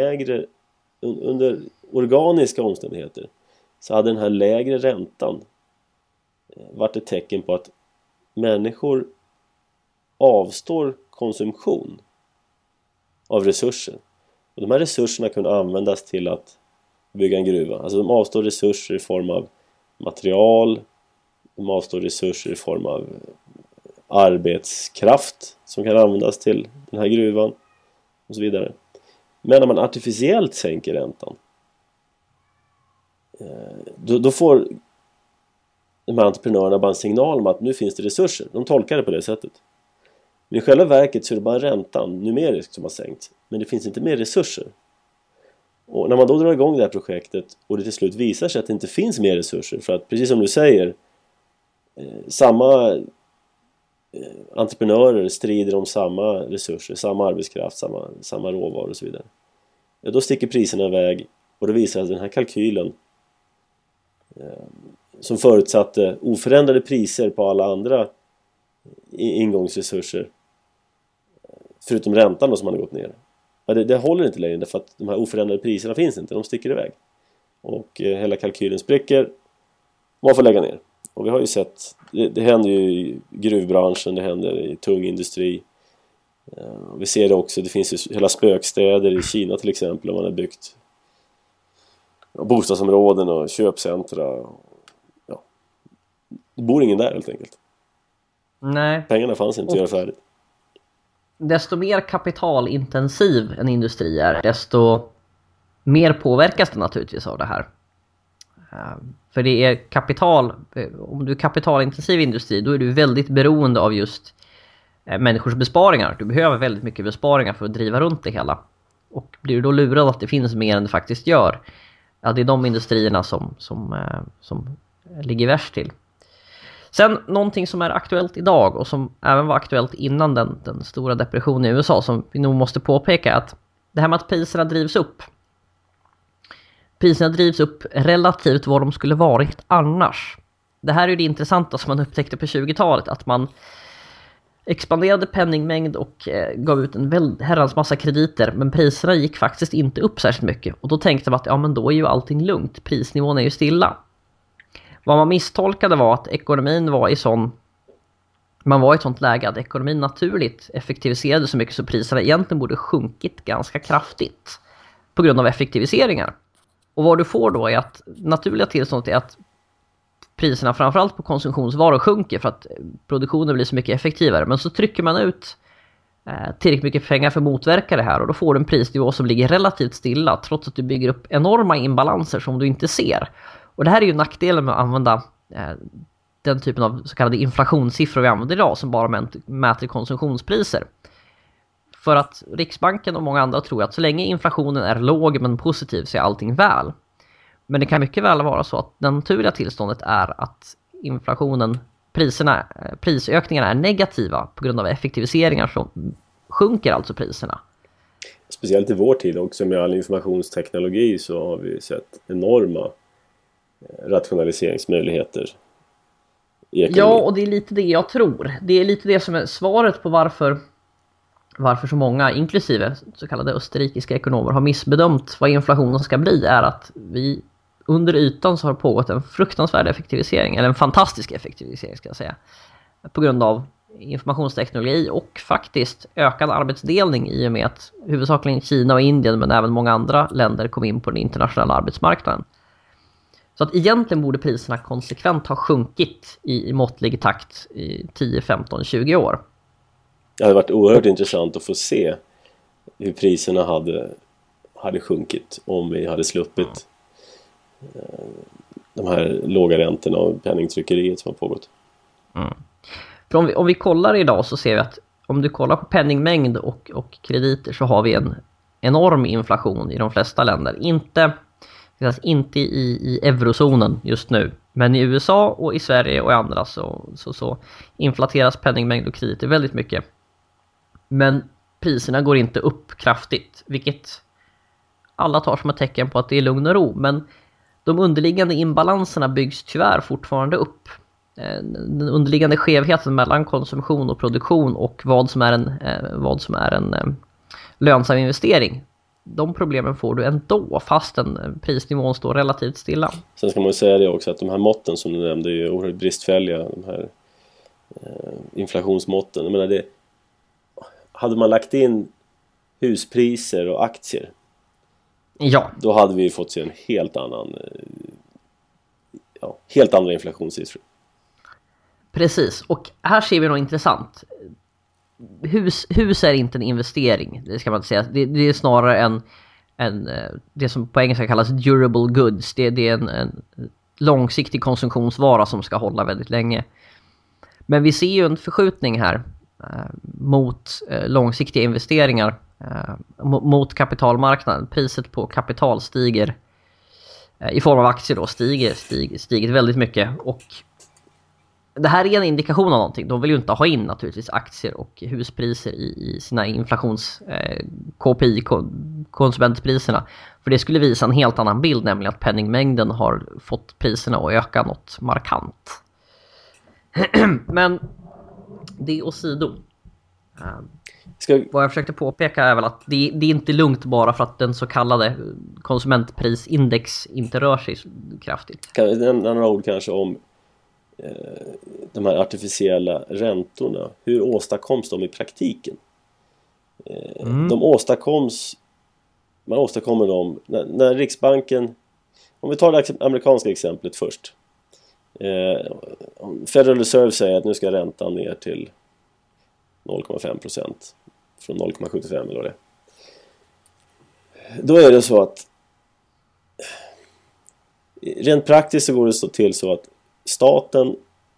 under organiska omständigheter så hade den här lägre räntan varit ett tecken på att människor avstår konsumtion av resurser. Och de här resurserna kunde användas till att bygga en gruva. Alltså de avstår resurser i form av material, de avstår resurser i form av arbetskraft som kan användas till den här gruvan och så vidare. Men när man artificiellt sänker räntan, då får de här entreprenörerna bara en signal om att nu finns det resurser. De tolkar det på det sättet. Men i själva verket så är det bara räntan numeriskt som har sänkt. Men det finns inte mer resurser. Och när man då drar igång det här projektet och det till slut visar sig att det inte finns mer resurser, för att precis som du säger, samma entreprenörer strider om samma resurser, samma arbetskraft, samma råvaror och så vidare. Ja, då sticker priserna iväg och det visar att den här kalkylen som förutsatte oförändrade priser på alla andra ingångsresurser förutom räntan då som hade gått ner. Ja, det håller inte längre för att de här oförändrade priserna finns inte, de sticker iväg. Och hela kalkylen spricker och man får lägga ner. Och vi har ju sett, det händer ju i gruvbranschen, det händer i tung industri. Vi ser det också, det finns ju hela spökstäder i Kina till exempel, om man har byggt bostadsområden och köpcentra. Ja. Det bor ingen där helt enkelt. Nej. Pengarna fanns inte att göra färdigt. Desto mer kapitalintensiv en industri är, desto mer påverkas det naturligtvis av det här. För det är kapital, om du är kapitalintensiv industri, då är du väldigt beroende av just människors besparingar. Du behöver väldigt mycket besparingar för att driva runt det hela. Och blir du då lurad att det finns mer än det faktiskt gör, ja, det är de industrierna som ligger värst till. Sen någonting som är aktuellt idag och som även var aktuellt innan den stora depressionen i USA, som vi nog måste påpeka, att det här med att priserna drivs upp. Priserna drivs upp relativt vad de skulle varit annars. Det här är ju det intressanta som man upptäckte på 20-talet, att man expanderade penningmängd och gav ut en herrans massa krediter, men priserna gick faktiskt inte upp särskilt mycket. Och då tänkte man att ja, men då är ju allting lugnt, prisnivån är ju stilla. Vad man misstolkade var att ekonomin var i ett sånt läge att ekonomin naturligt effektiviserade så mycket så priserna egentligen borde sjunkit ganska kraftigt på grund av effektiviseringar. Och vad du får då är att naturliga tillståndet är att priserna framförallt på konsumtionsvaror sjunker för att produktionen blir så mycket effektivare. Men så trycker man ut tillräckligt mycket pengar för att motverka det här, och då får du en prisnivå som ligger relativt stilla trots att du bygger upp enorma imbalanser som du inte ser. Och det här är ju nackdelen med att använda den typen av så kallade inflationssiffror vi använder idag, som bara mäter konsumtionspriser. För att Riksbanken och många andra tror att så länge inflationen är låg men positiv så är allting väl. Men det kan mycket väl vara så att det naturliga tillståndet är att prisökningarna är negativa på grund av effektiviseringar som sjunker alltså priserna. Speciellt i vår tid också med all informationsteknologi så har vi sett enorma rationaliseringsmöjligheter i ekonomin. Ja, och det är lite det jag tror. Det är lite det som är svaret på varför så många, inklusive så kallade österrikiska ekonomer, har missbedömt vad inflationen ska bli, är att vi under ytan så har pågått en fruktansvärd effektivisering, eller en fantastisk effektivisering ska jag säga, på grund av informationsteknologi och faktiskt ökad arbetsdelning i och med att huvudsakligen Kina och Indien men även många andra länder kom in på den internationella arbetsmarknaden. Så att egentligen borde priserna konsekvent ha sjunkit i måttlig takt i 10, 15, 20 år. Det hade varit oerhört intressant att få se hur priserna hade sjunkit om vi hade sluppit de här låga räntorna och penningtryckeriet som har pågått. Mm. För om vi kollar idag så ser vi att om du kollar på penningmängd och krediter så har vi en enorm inflation i de flesta länder. Inte i eurozonen just nu, men i USA och i Sverige och i andra så inflateras penningmängd och krediter väldigt mycket. Men priserna går inte upp kraftigt, vilket alla tar som ett tecken på att det är lugn och ro. Men de underliggande imbalanserna byggs tyvärr fortfarande upp. Den underliggande skevheten mellan konsumtion och produktion och vad som är en lönsam investering. De problemen får du ändå fastän prisnivån står relativt stilla. Sen ska man säga det också att de här måtten som du nämnde är ju oerhört bristfälliga, de här inflationsmåtten. Jag menar hade man lagt in huspriser och aktier, ja, då hade vi fått se en helt andra inflationssiffror. Precis, och här ser vi något intressant. Hus är inte en investering, det ska man inte säga. Det är snarare det som på engelska kallas durable goods. Det är en långsiktig konsumtionsvara som ska hålla väldigt länge. Men vi ser ju en förskjutning här mot långsiktiga investeringar, mot kapitalmarknaden. Priset på kapital stiger i form av aktier då, stiger väldigt mycket, och det här är en indikation av någonting. De vill ju inte ha in naturligtvis aktier och huspriser i sina inflations KPI, konsumentpriserna, för det skulle visa en helt annan bild, nämligen att penningmängden har fått priserna att öka något markant. Men det åsido. Vad jag försökte påpeka är väl att det är inte lugnt bara för att den så kallade konsumentprisindex inte rör sig kraftigt. Kan vi nämna några ord kanske om de här artificiella räntorna? Hur åstadkoms de i praktiken? Man åstadkommer dem när Riksbanken, om vi tar det amerikanska exemplet först. Federal Reserve säger att nu ska räntan ner till 0,5% från 0,75 eller vad det är. Då är det så att rent praktiskt så går det så till så att staten,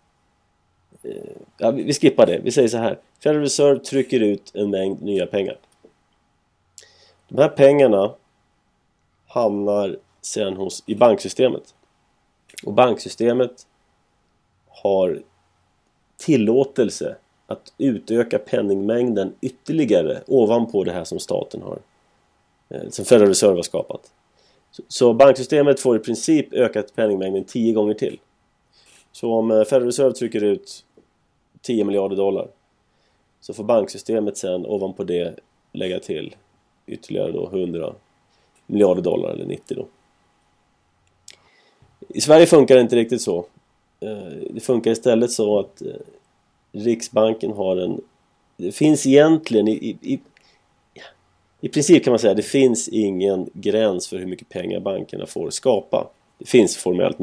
vi skippar det, vi säger så här: Federal Reserve trycker ut en mängd nya pengar. De här pengarna hamnar sedan i banksystemet, och banksystemet har tillåtelse att utöka penningmängden ytterligare ovanpå det här som staten har, som Federal Reserve har skapat. Så banksystemet får i princip ökat penningmängden 10 gånger till. Så om Federal Reserve trycker ut 10 miljarder dollar, så får banksystemet sen ovanpå det lägga till ytterligare då 100 miljarder dollar eller 90 då. I Sverige funkar det inte riktigt så. Det funkar istället så att Riksbanken har det finns egentligen i princip kan man säga, det finns ingen gräns för hur mycket pengar bankerna får skapa. Det finns formellt,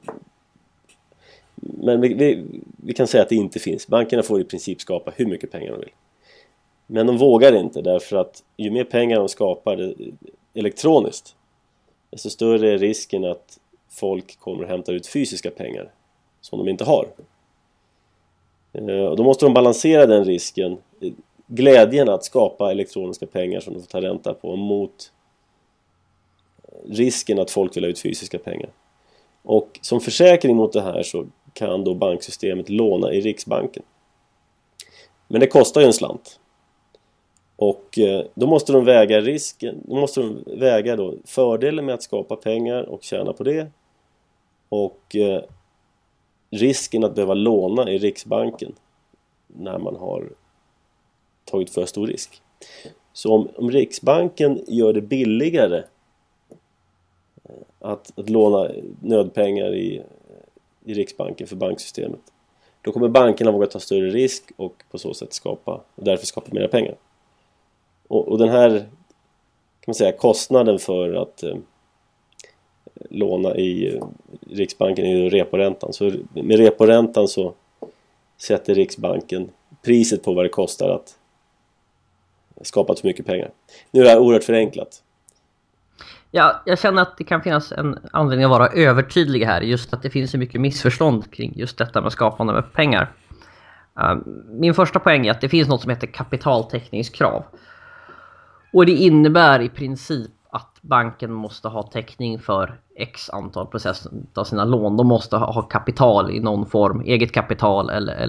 men vi kan säga att det inte finns. Bankerna får i princip skapa hur mycket pengar de vill. Men de vågar inte, därför att ju mer pengar de skapar elektroniskt, desto större är risken att folk kommer att hämta ut fysiska pengar som de inte har. Och då måste de balansera den risken, glädjen att skapa elektroniska pengar som de får ta ränta på, mot risken att folk vill ha ut fysiska pengar. Och som försäkring mot det här så kan då banksystemet låna i Riksbanken. Men det kostar ju en slant. Och då måste de väga risken, då måste de väga då fördelen med att skapa pengar och tjäna på det, och risken att behöva låna i Riksbanken när man har tagit för stor risk. Så om Riksbanken gör det billigare att låna nödpengar i Riksbanken för banksystemet, då kommer bankerna våga ta större risk och på så sätt därför skapa mer pengar. Och den här, kan man säga, kostnaden för att låna i Riksbanken är ju reporäntan. Så med reporäntan så sätter Riksbanken priset på vad det kostar att skapa så mycket pengar. Nu är det här oerhört förenklat. Ja, jag känner att det kan finnas en anledning att vara övertydlig här. Just att det finns så mycket missförstånd kring just detta med skapande med pengar. Min första poäng är att det finns något som heter kapitaltäckningskrav. Och det innebär i princip att banken måste ha täckning för x antal procent av sina lån. De måste ha kapital i någon form, eget kapital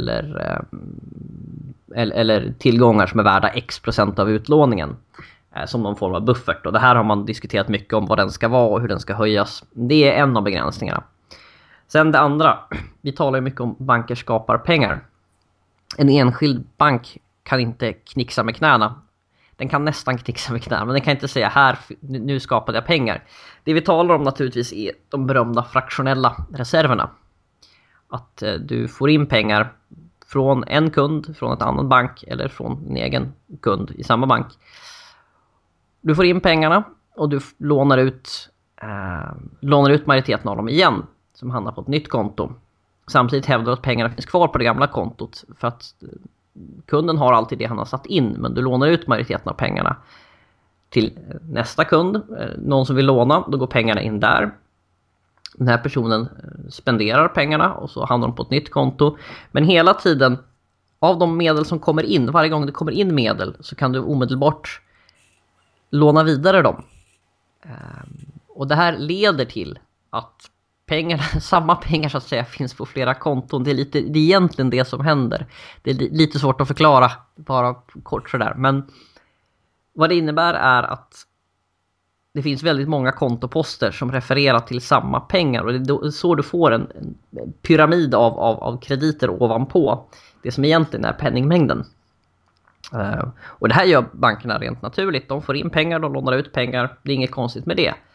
eller tillgångar som är värda x procent av utlåningen, som någon form av buffert. Och det här har man diskuterat mycket om, vad den ska vara och hur den ska höjas. Det är en av begränsningarna. Sen det andra, vi talar ju mycket om banker skapar pengar. En enskild bank kan inte knixa med knäna. Den kan nästan knixa med knäna, men den kan inte säga här, nu skapade jag pengar. Det vi talar om naturligtvis är de berömda fraktionella reserverna. Att du får in pengar från en kund, från ett annan bank eller från en egen kund i samma bank. Du får in pengarna och du lånar ut majoriteten av dem igen, som hamnar på ett nytt konto. Samtidigt hävdar du att pengarna finns kvar på det gamla kontot, för att kunden har alltid det han har satt in, men du lånar ut majoriteten av pengarna till nästa kund, någon som vill låna, då går pengarna in där. Den här personen spenderar pengarna och så hamnar de på ett nytt konto. Men hela tiden av de medel som kommer in, varje gång det kommer in medel, så kan du omedelbart låna vidare dem. Och det här leder till att samma pengar så att säga finns på flera konton. Det är egentligen det som händer. Det är lite svårt att förklara bara kort sådär. Men vad det innebär är att det finns väldigt många kontoposter som refererar till samma pengar. Och det är så du får en pyramid av krediter ovanpå det som egentligen är penningmängden. Och det här gör bankerna rent naturligt. De får in pengar, de lånar ut pengar. Det är inget konstigt med det.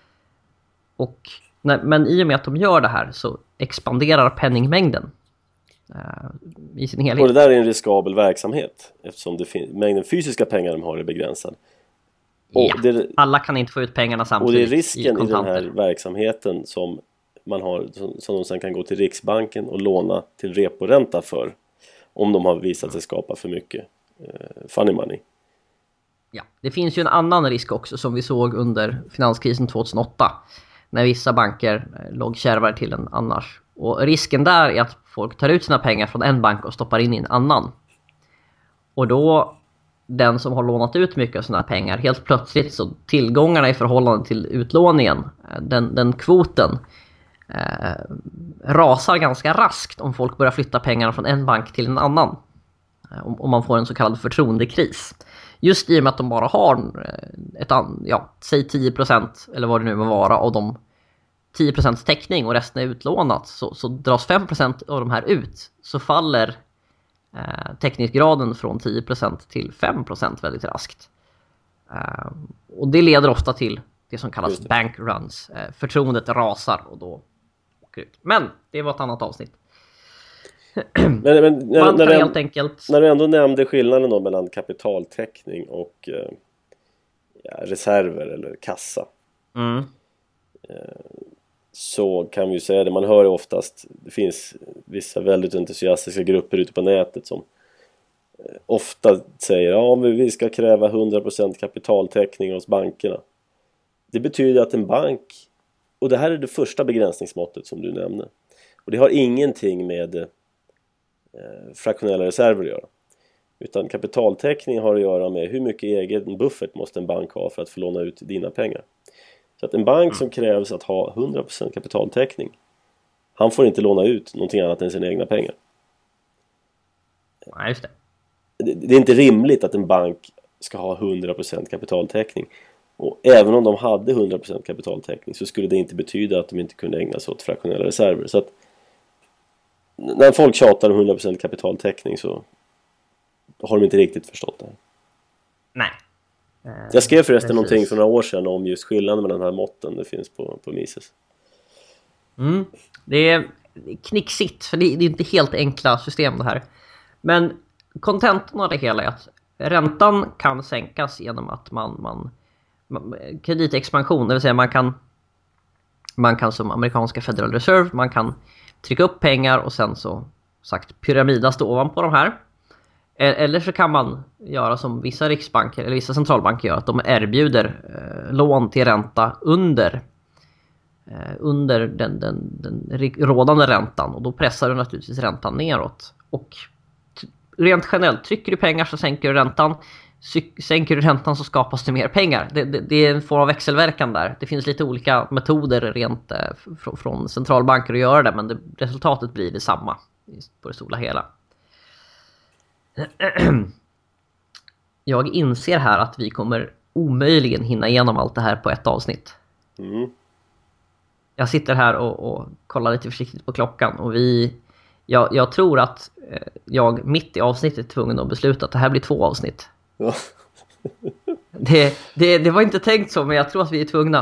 Men i och med att de gör det här så expanderar penningmängden i sin helhet. Och det där är en riskabel verksamhet eftersom mängden fysiska pengar de har är begränsad. Och alla kan inte få ut pengarna samtidigt. Och det är risken i den här verksamheten som man har, som de sen kan gå till Riksbanken och låna till reporänta för, om de har visat sig skapa för mycket funny money. Ja, det finns ju en annan risk också som vi såg under finanskrisen 2008 när vissa banker låg kärvare till än annars. Och risken där är att folk tar ut sina pengar från en bank och stoppar in i en annan. Och då den som har lånat ut mycket av sina pengar, helt plötsligt så tillgångarna i förhållande till utlåningen, den kvoten rasar ganska raskt om folk börjar flytta pengar från en bank till en annan. Om man får en så kallad förtroendekris. Just i och med att de bara har säg 10% eller vad det nu må vara av de 10% täckning och resten är utlånat, så dras 5% av de här ut, så faller täckningsgraden från 10% till 5% väldigt raskt. Och det leder ofta till det som kallas bankruns. Förtroendet rasar och då åker ut. Men det var ett annat avsnitt. Men när du ändå nämnde skillnaden då mellan kapitaltäckning och reserver eller kassa, så kan vi ju säga det, man hör ju oftast, det finns vissa väldigt entusiastiska grupper ute på nätet som ofta säger men vi ska kräva 100% kapitaltäckning hos bankerna. Det betyder att en bank, och det här är det första begränsningsmåttet som du nämnde, och det har ingenting med fraktionella reserver att göra, utan kapitaltäckning har att göra med hur mycket egen buffert måste en bank ha för att få låna ut dina pengar. Så att en bank som krävs att ha 100% kapitaltäckning, han får inte låna ut någonting annat än sina egna pengar. Ja, just det. Det är inte rimligt att en bank ska ha 100% kapitaltäckning. Och även om de hade 100% kapitaltäckning så skulle det inte betyda att de inte kunde ägna sig åt fraktionella reserver. Så att när folk tjatar om 100% kapitaltäckning så har de inte riktigt förstått det här. Nej. Jag skrev förresten någonting för några år sedan om just skillnaden mellan den här måtten det finns på Mises. Det är knixigt, för det är inte helt enkla system det här. Men kontentan av det hela är att räntan kan sänkas genom att man kreditexpansion, det vill säga man kan som amerikanska Federal Reserve, man kan trycka upp pengar och sen så sagt pyramidas det ovanpå de här. Eller så kan man göra som vissa riksbanker eller vissa centralbanker gör, att de erbjuder lån till ränta under den rådande räntan, och då pressar du naturligtvis räntan neråt. Och rent generellt, trycker du pengar så sänker du räntan. Sänker du räntan så skapas det mer pengar. Det är en form av växelverkan där. Det finns lite olika metoder rent från centralbanker att göra det, men resultatet blir detsamma på det stora hela. Jag inser här att vi kommer omöjligen hinna igenom allt det här på ett avsnitt. Jag sitter här och kollar lite försiktigt på klockan, och jag tror att jag mitt i avsnittet är tvungen att besluta att det här blir 2 avsnitt. Ja. Det var inte tänkt så, men jag tror att vi är tvungna.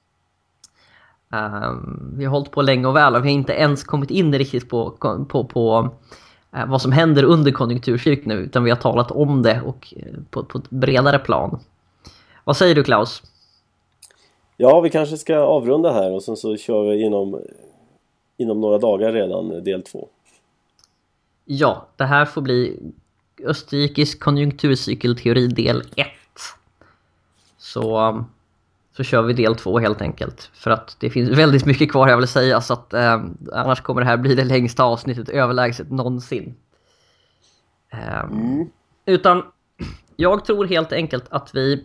Vi har hållit på länge och väl, och vi har inte ens kommit in riktigt på vad som händer under konjunkturcykeln nu, utan vi har talat om det och på ett bredare plan. Vad säger du, Klaus? Ja, vi kanske ska avrunda här och sen så kör vi inom några dagar redan del 2. Ja, det här får bli Österrikisk konjunkturcykelteori del 1. Så så kör vi del 2 helt enkelt. För att det finns väldigt mycket kvar jag vill säga, så att annars kommer det här bli det längsta avsnittet överlägset någonsin. Utan jag tror helt enkelt att vi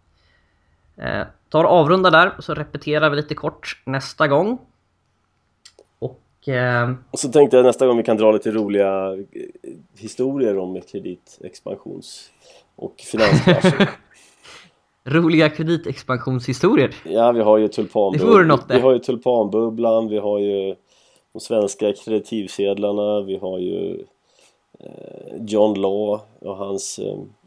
tar avrunda där, och så repeterar vi lite kort nästa gång. Och så tänkte jag nästa gång vi kan dra lite roliga historier om kreditexpansions och finanskrascher. Roliga kreditexpansionshistorier. Ja, vi har ju tulpanbubblan, vi har ju de svenska kreditivsedlarna, vi har ju John Law och hans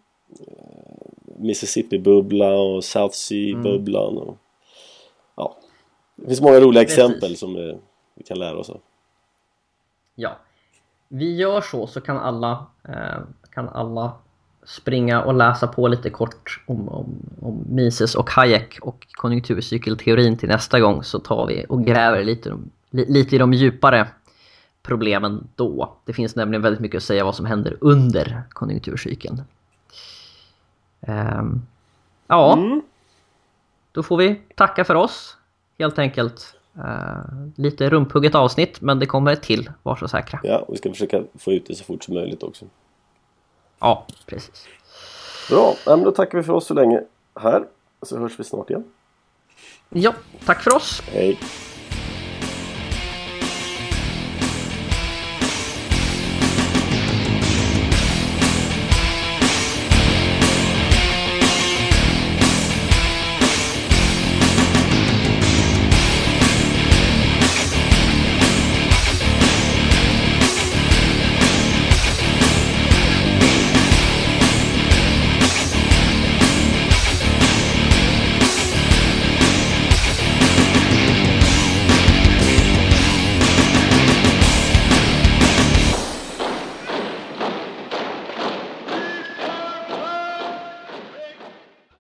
Mississippi-bubbla och South Sea-bubblan. Och, ja. Det finns många roliga exempel som vi kan lära oss av. Ja, vi gör så kan alla springa och läsa på lite kort om Mises och Hayek och konjunkturcykelteorin till nästa gång, så tar vi och gräver lite i de djupare problemen då. Det finns nämligen väldigt mycket att säga vad som händer under konjunkturcykeln. Då får vi tacka för oss helt enkelt. Lite rumphugget avsnitt, men det kommer till, var så säkra. Ja, vi ska försöka få ut det så fort som möjligt också. Ja, precis. Bra, men då tackar vi för oss så länge här, så hörs vi snart igen. Ja, tack för oss. Hej.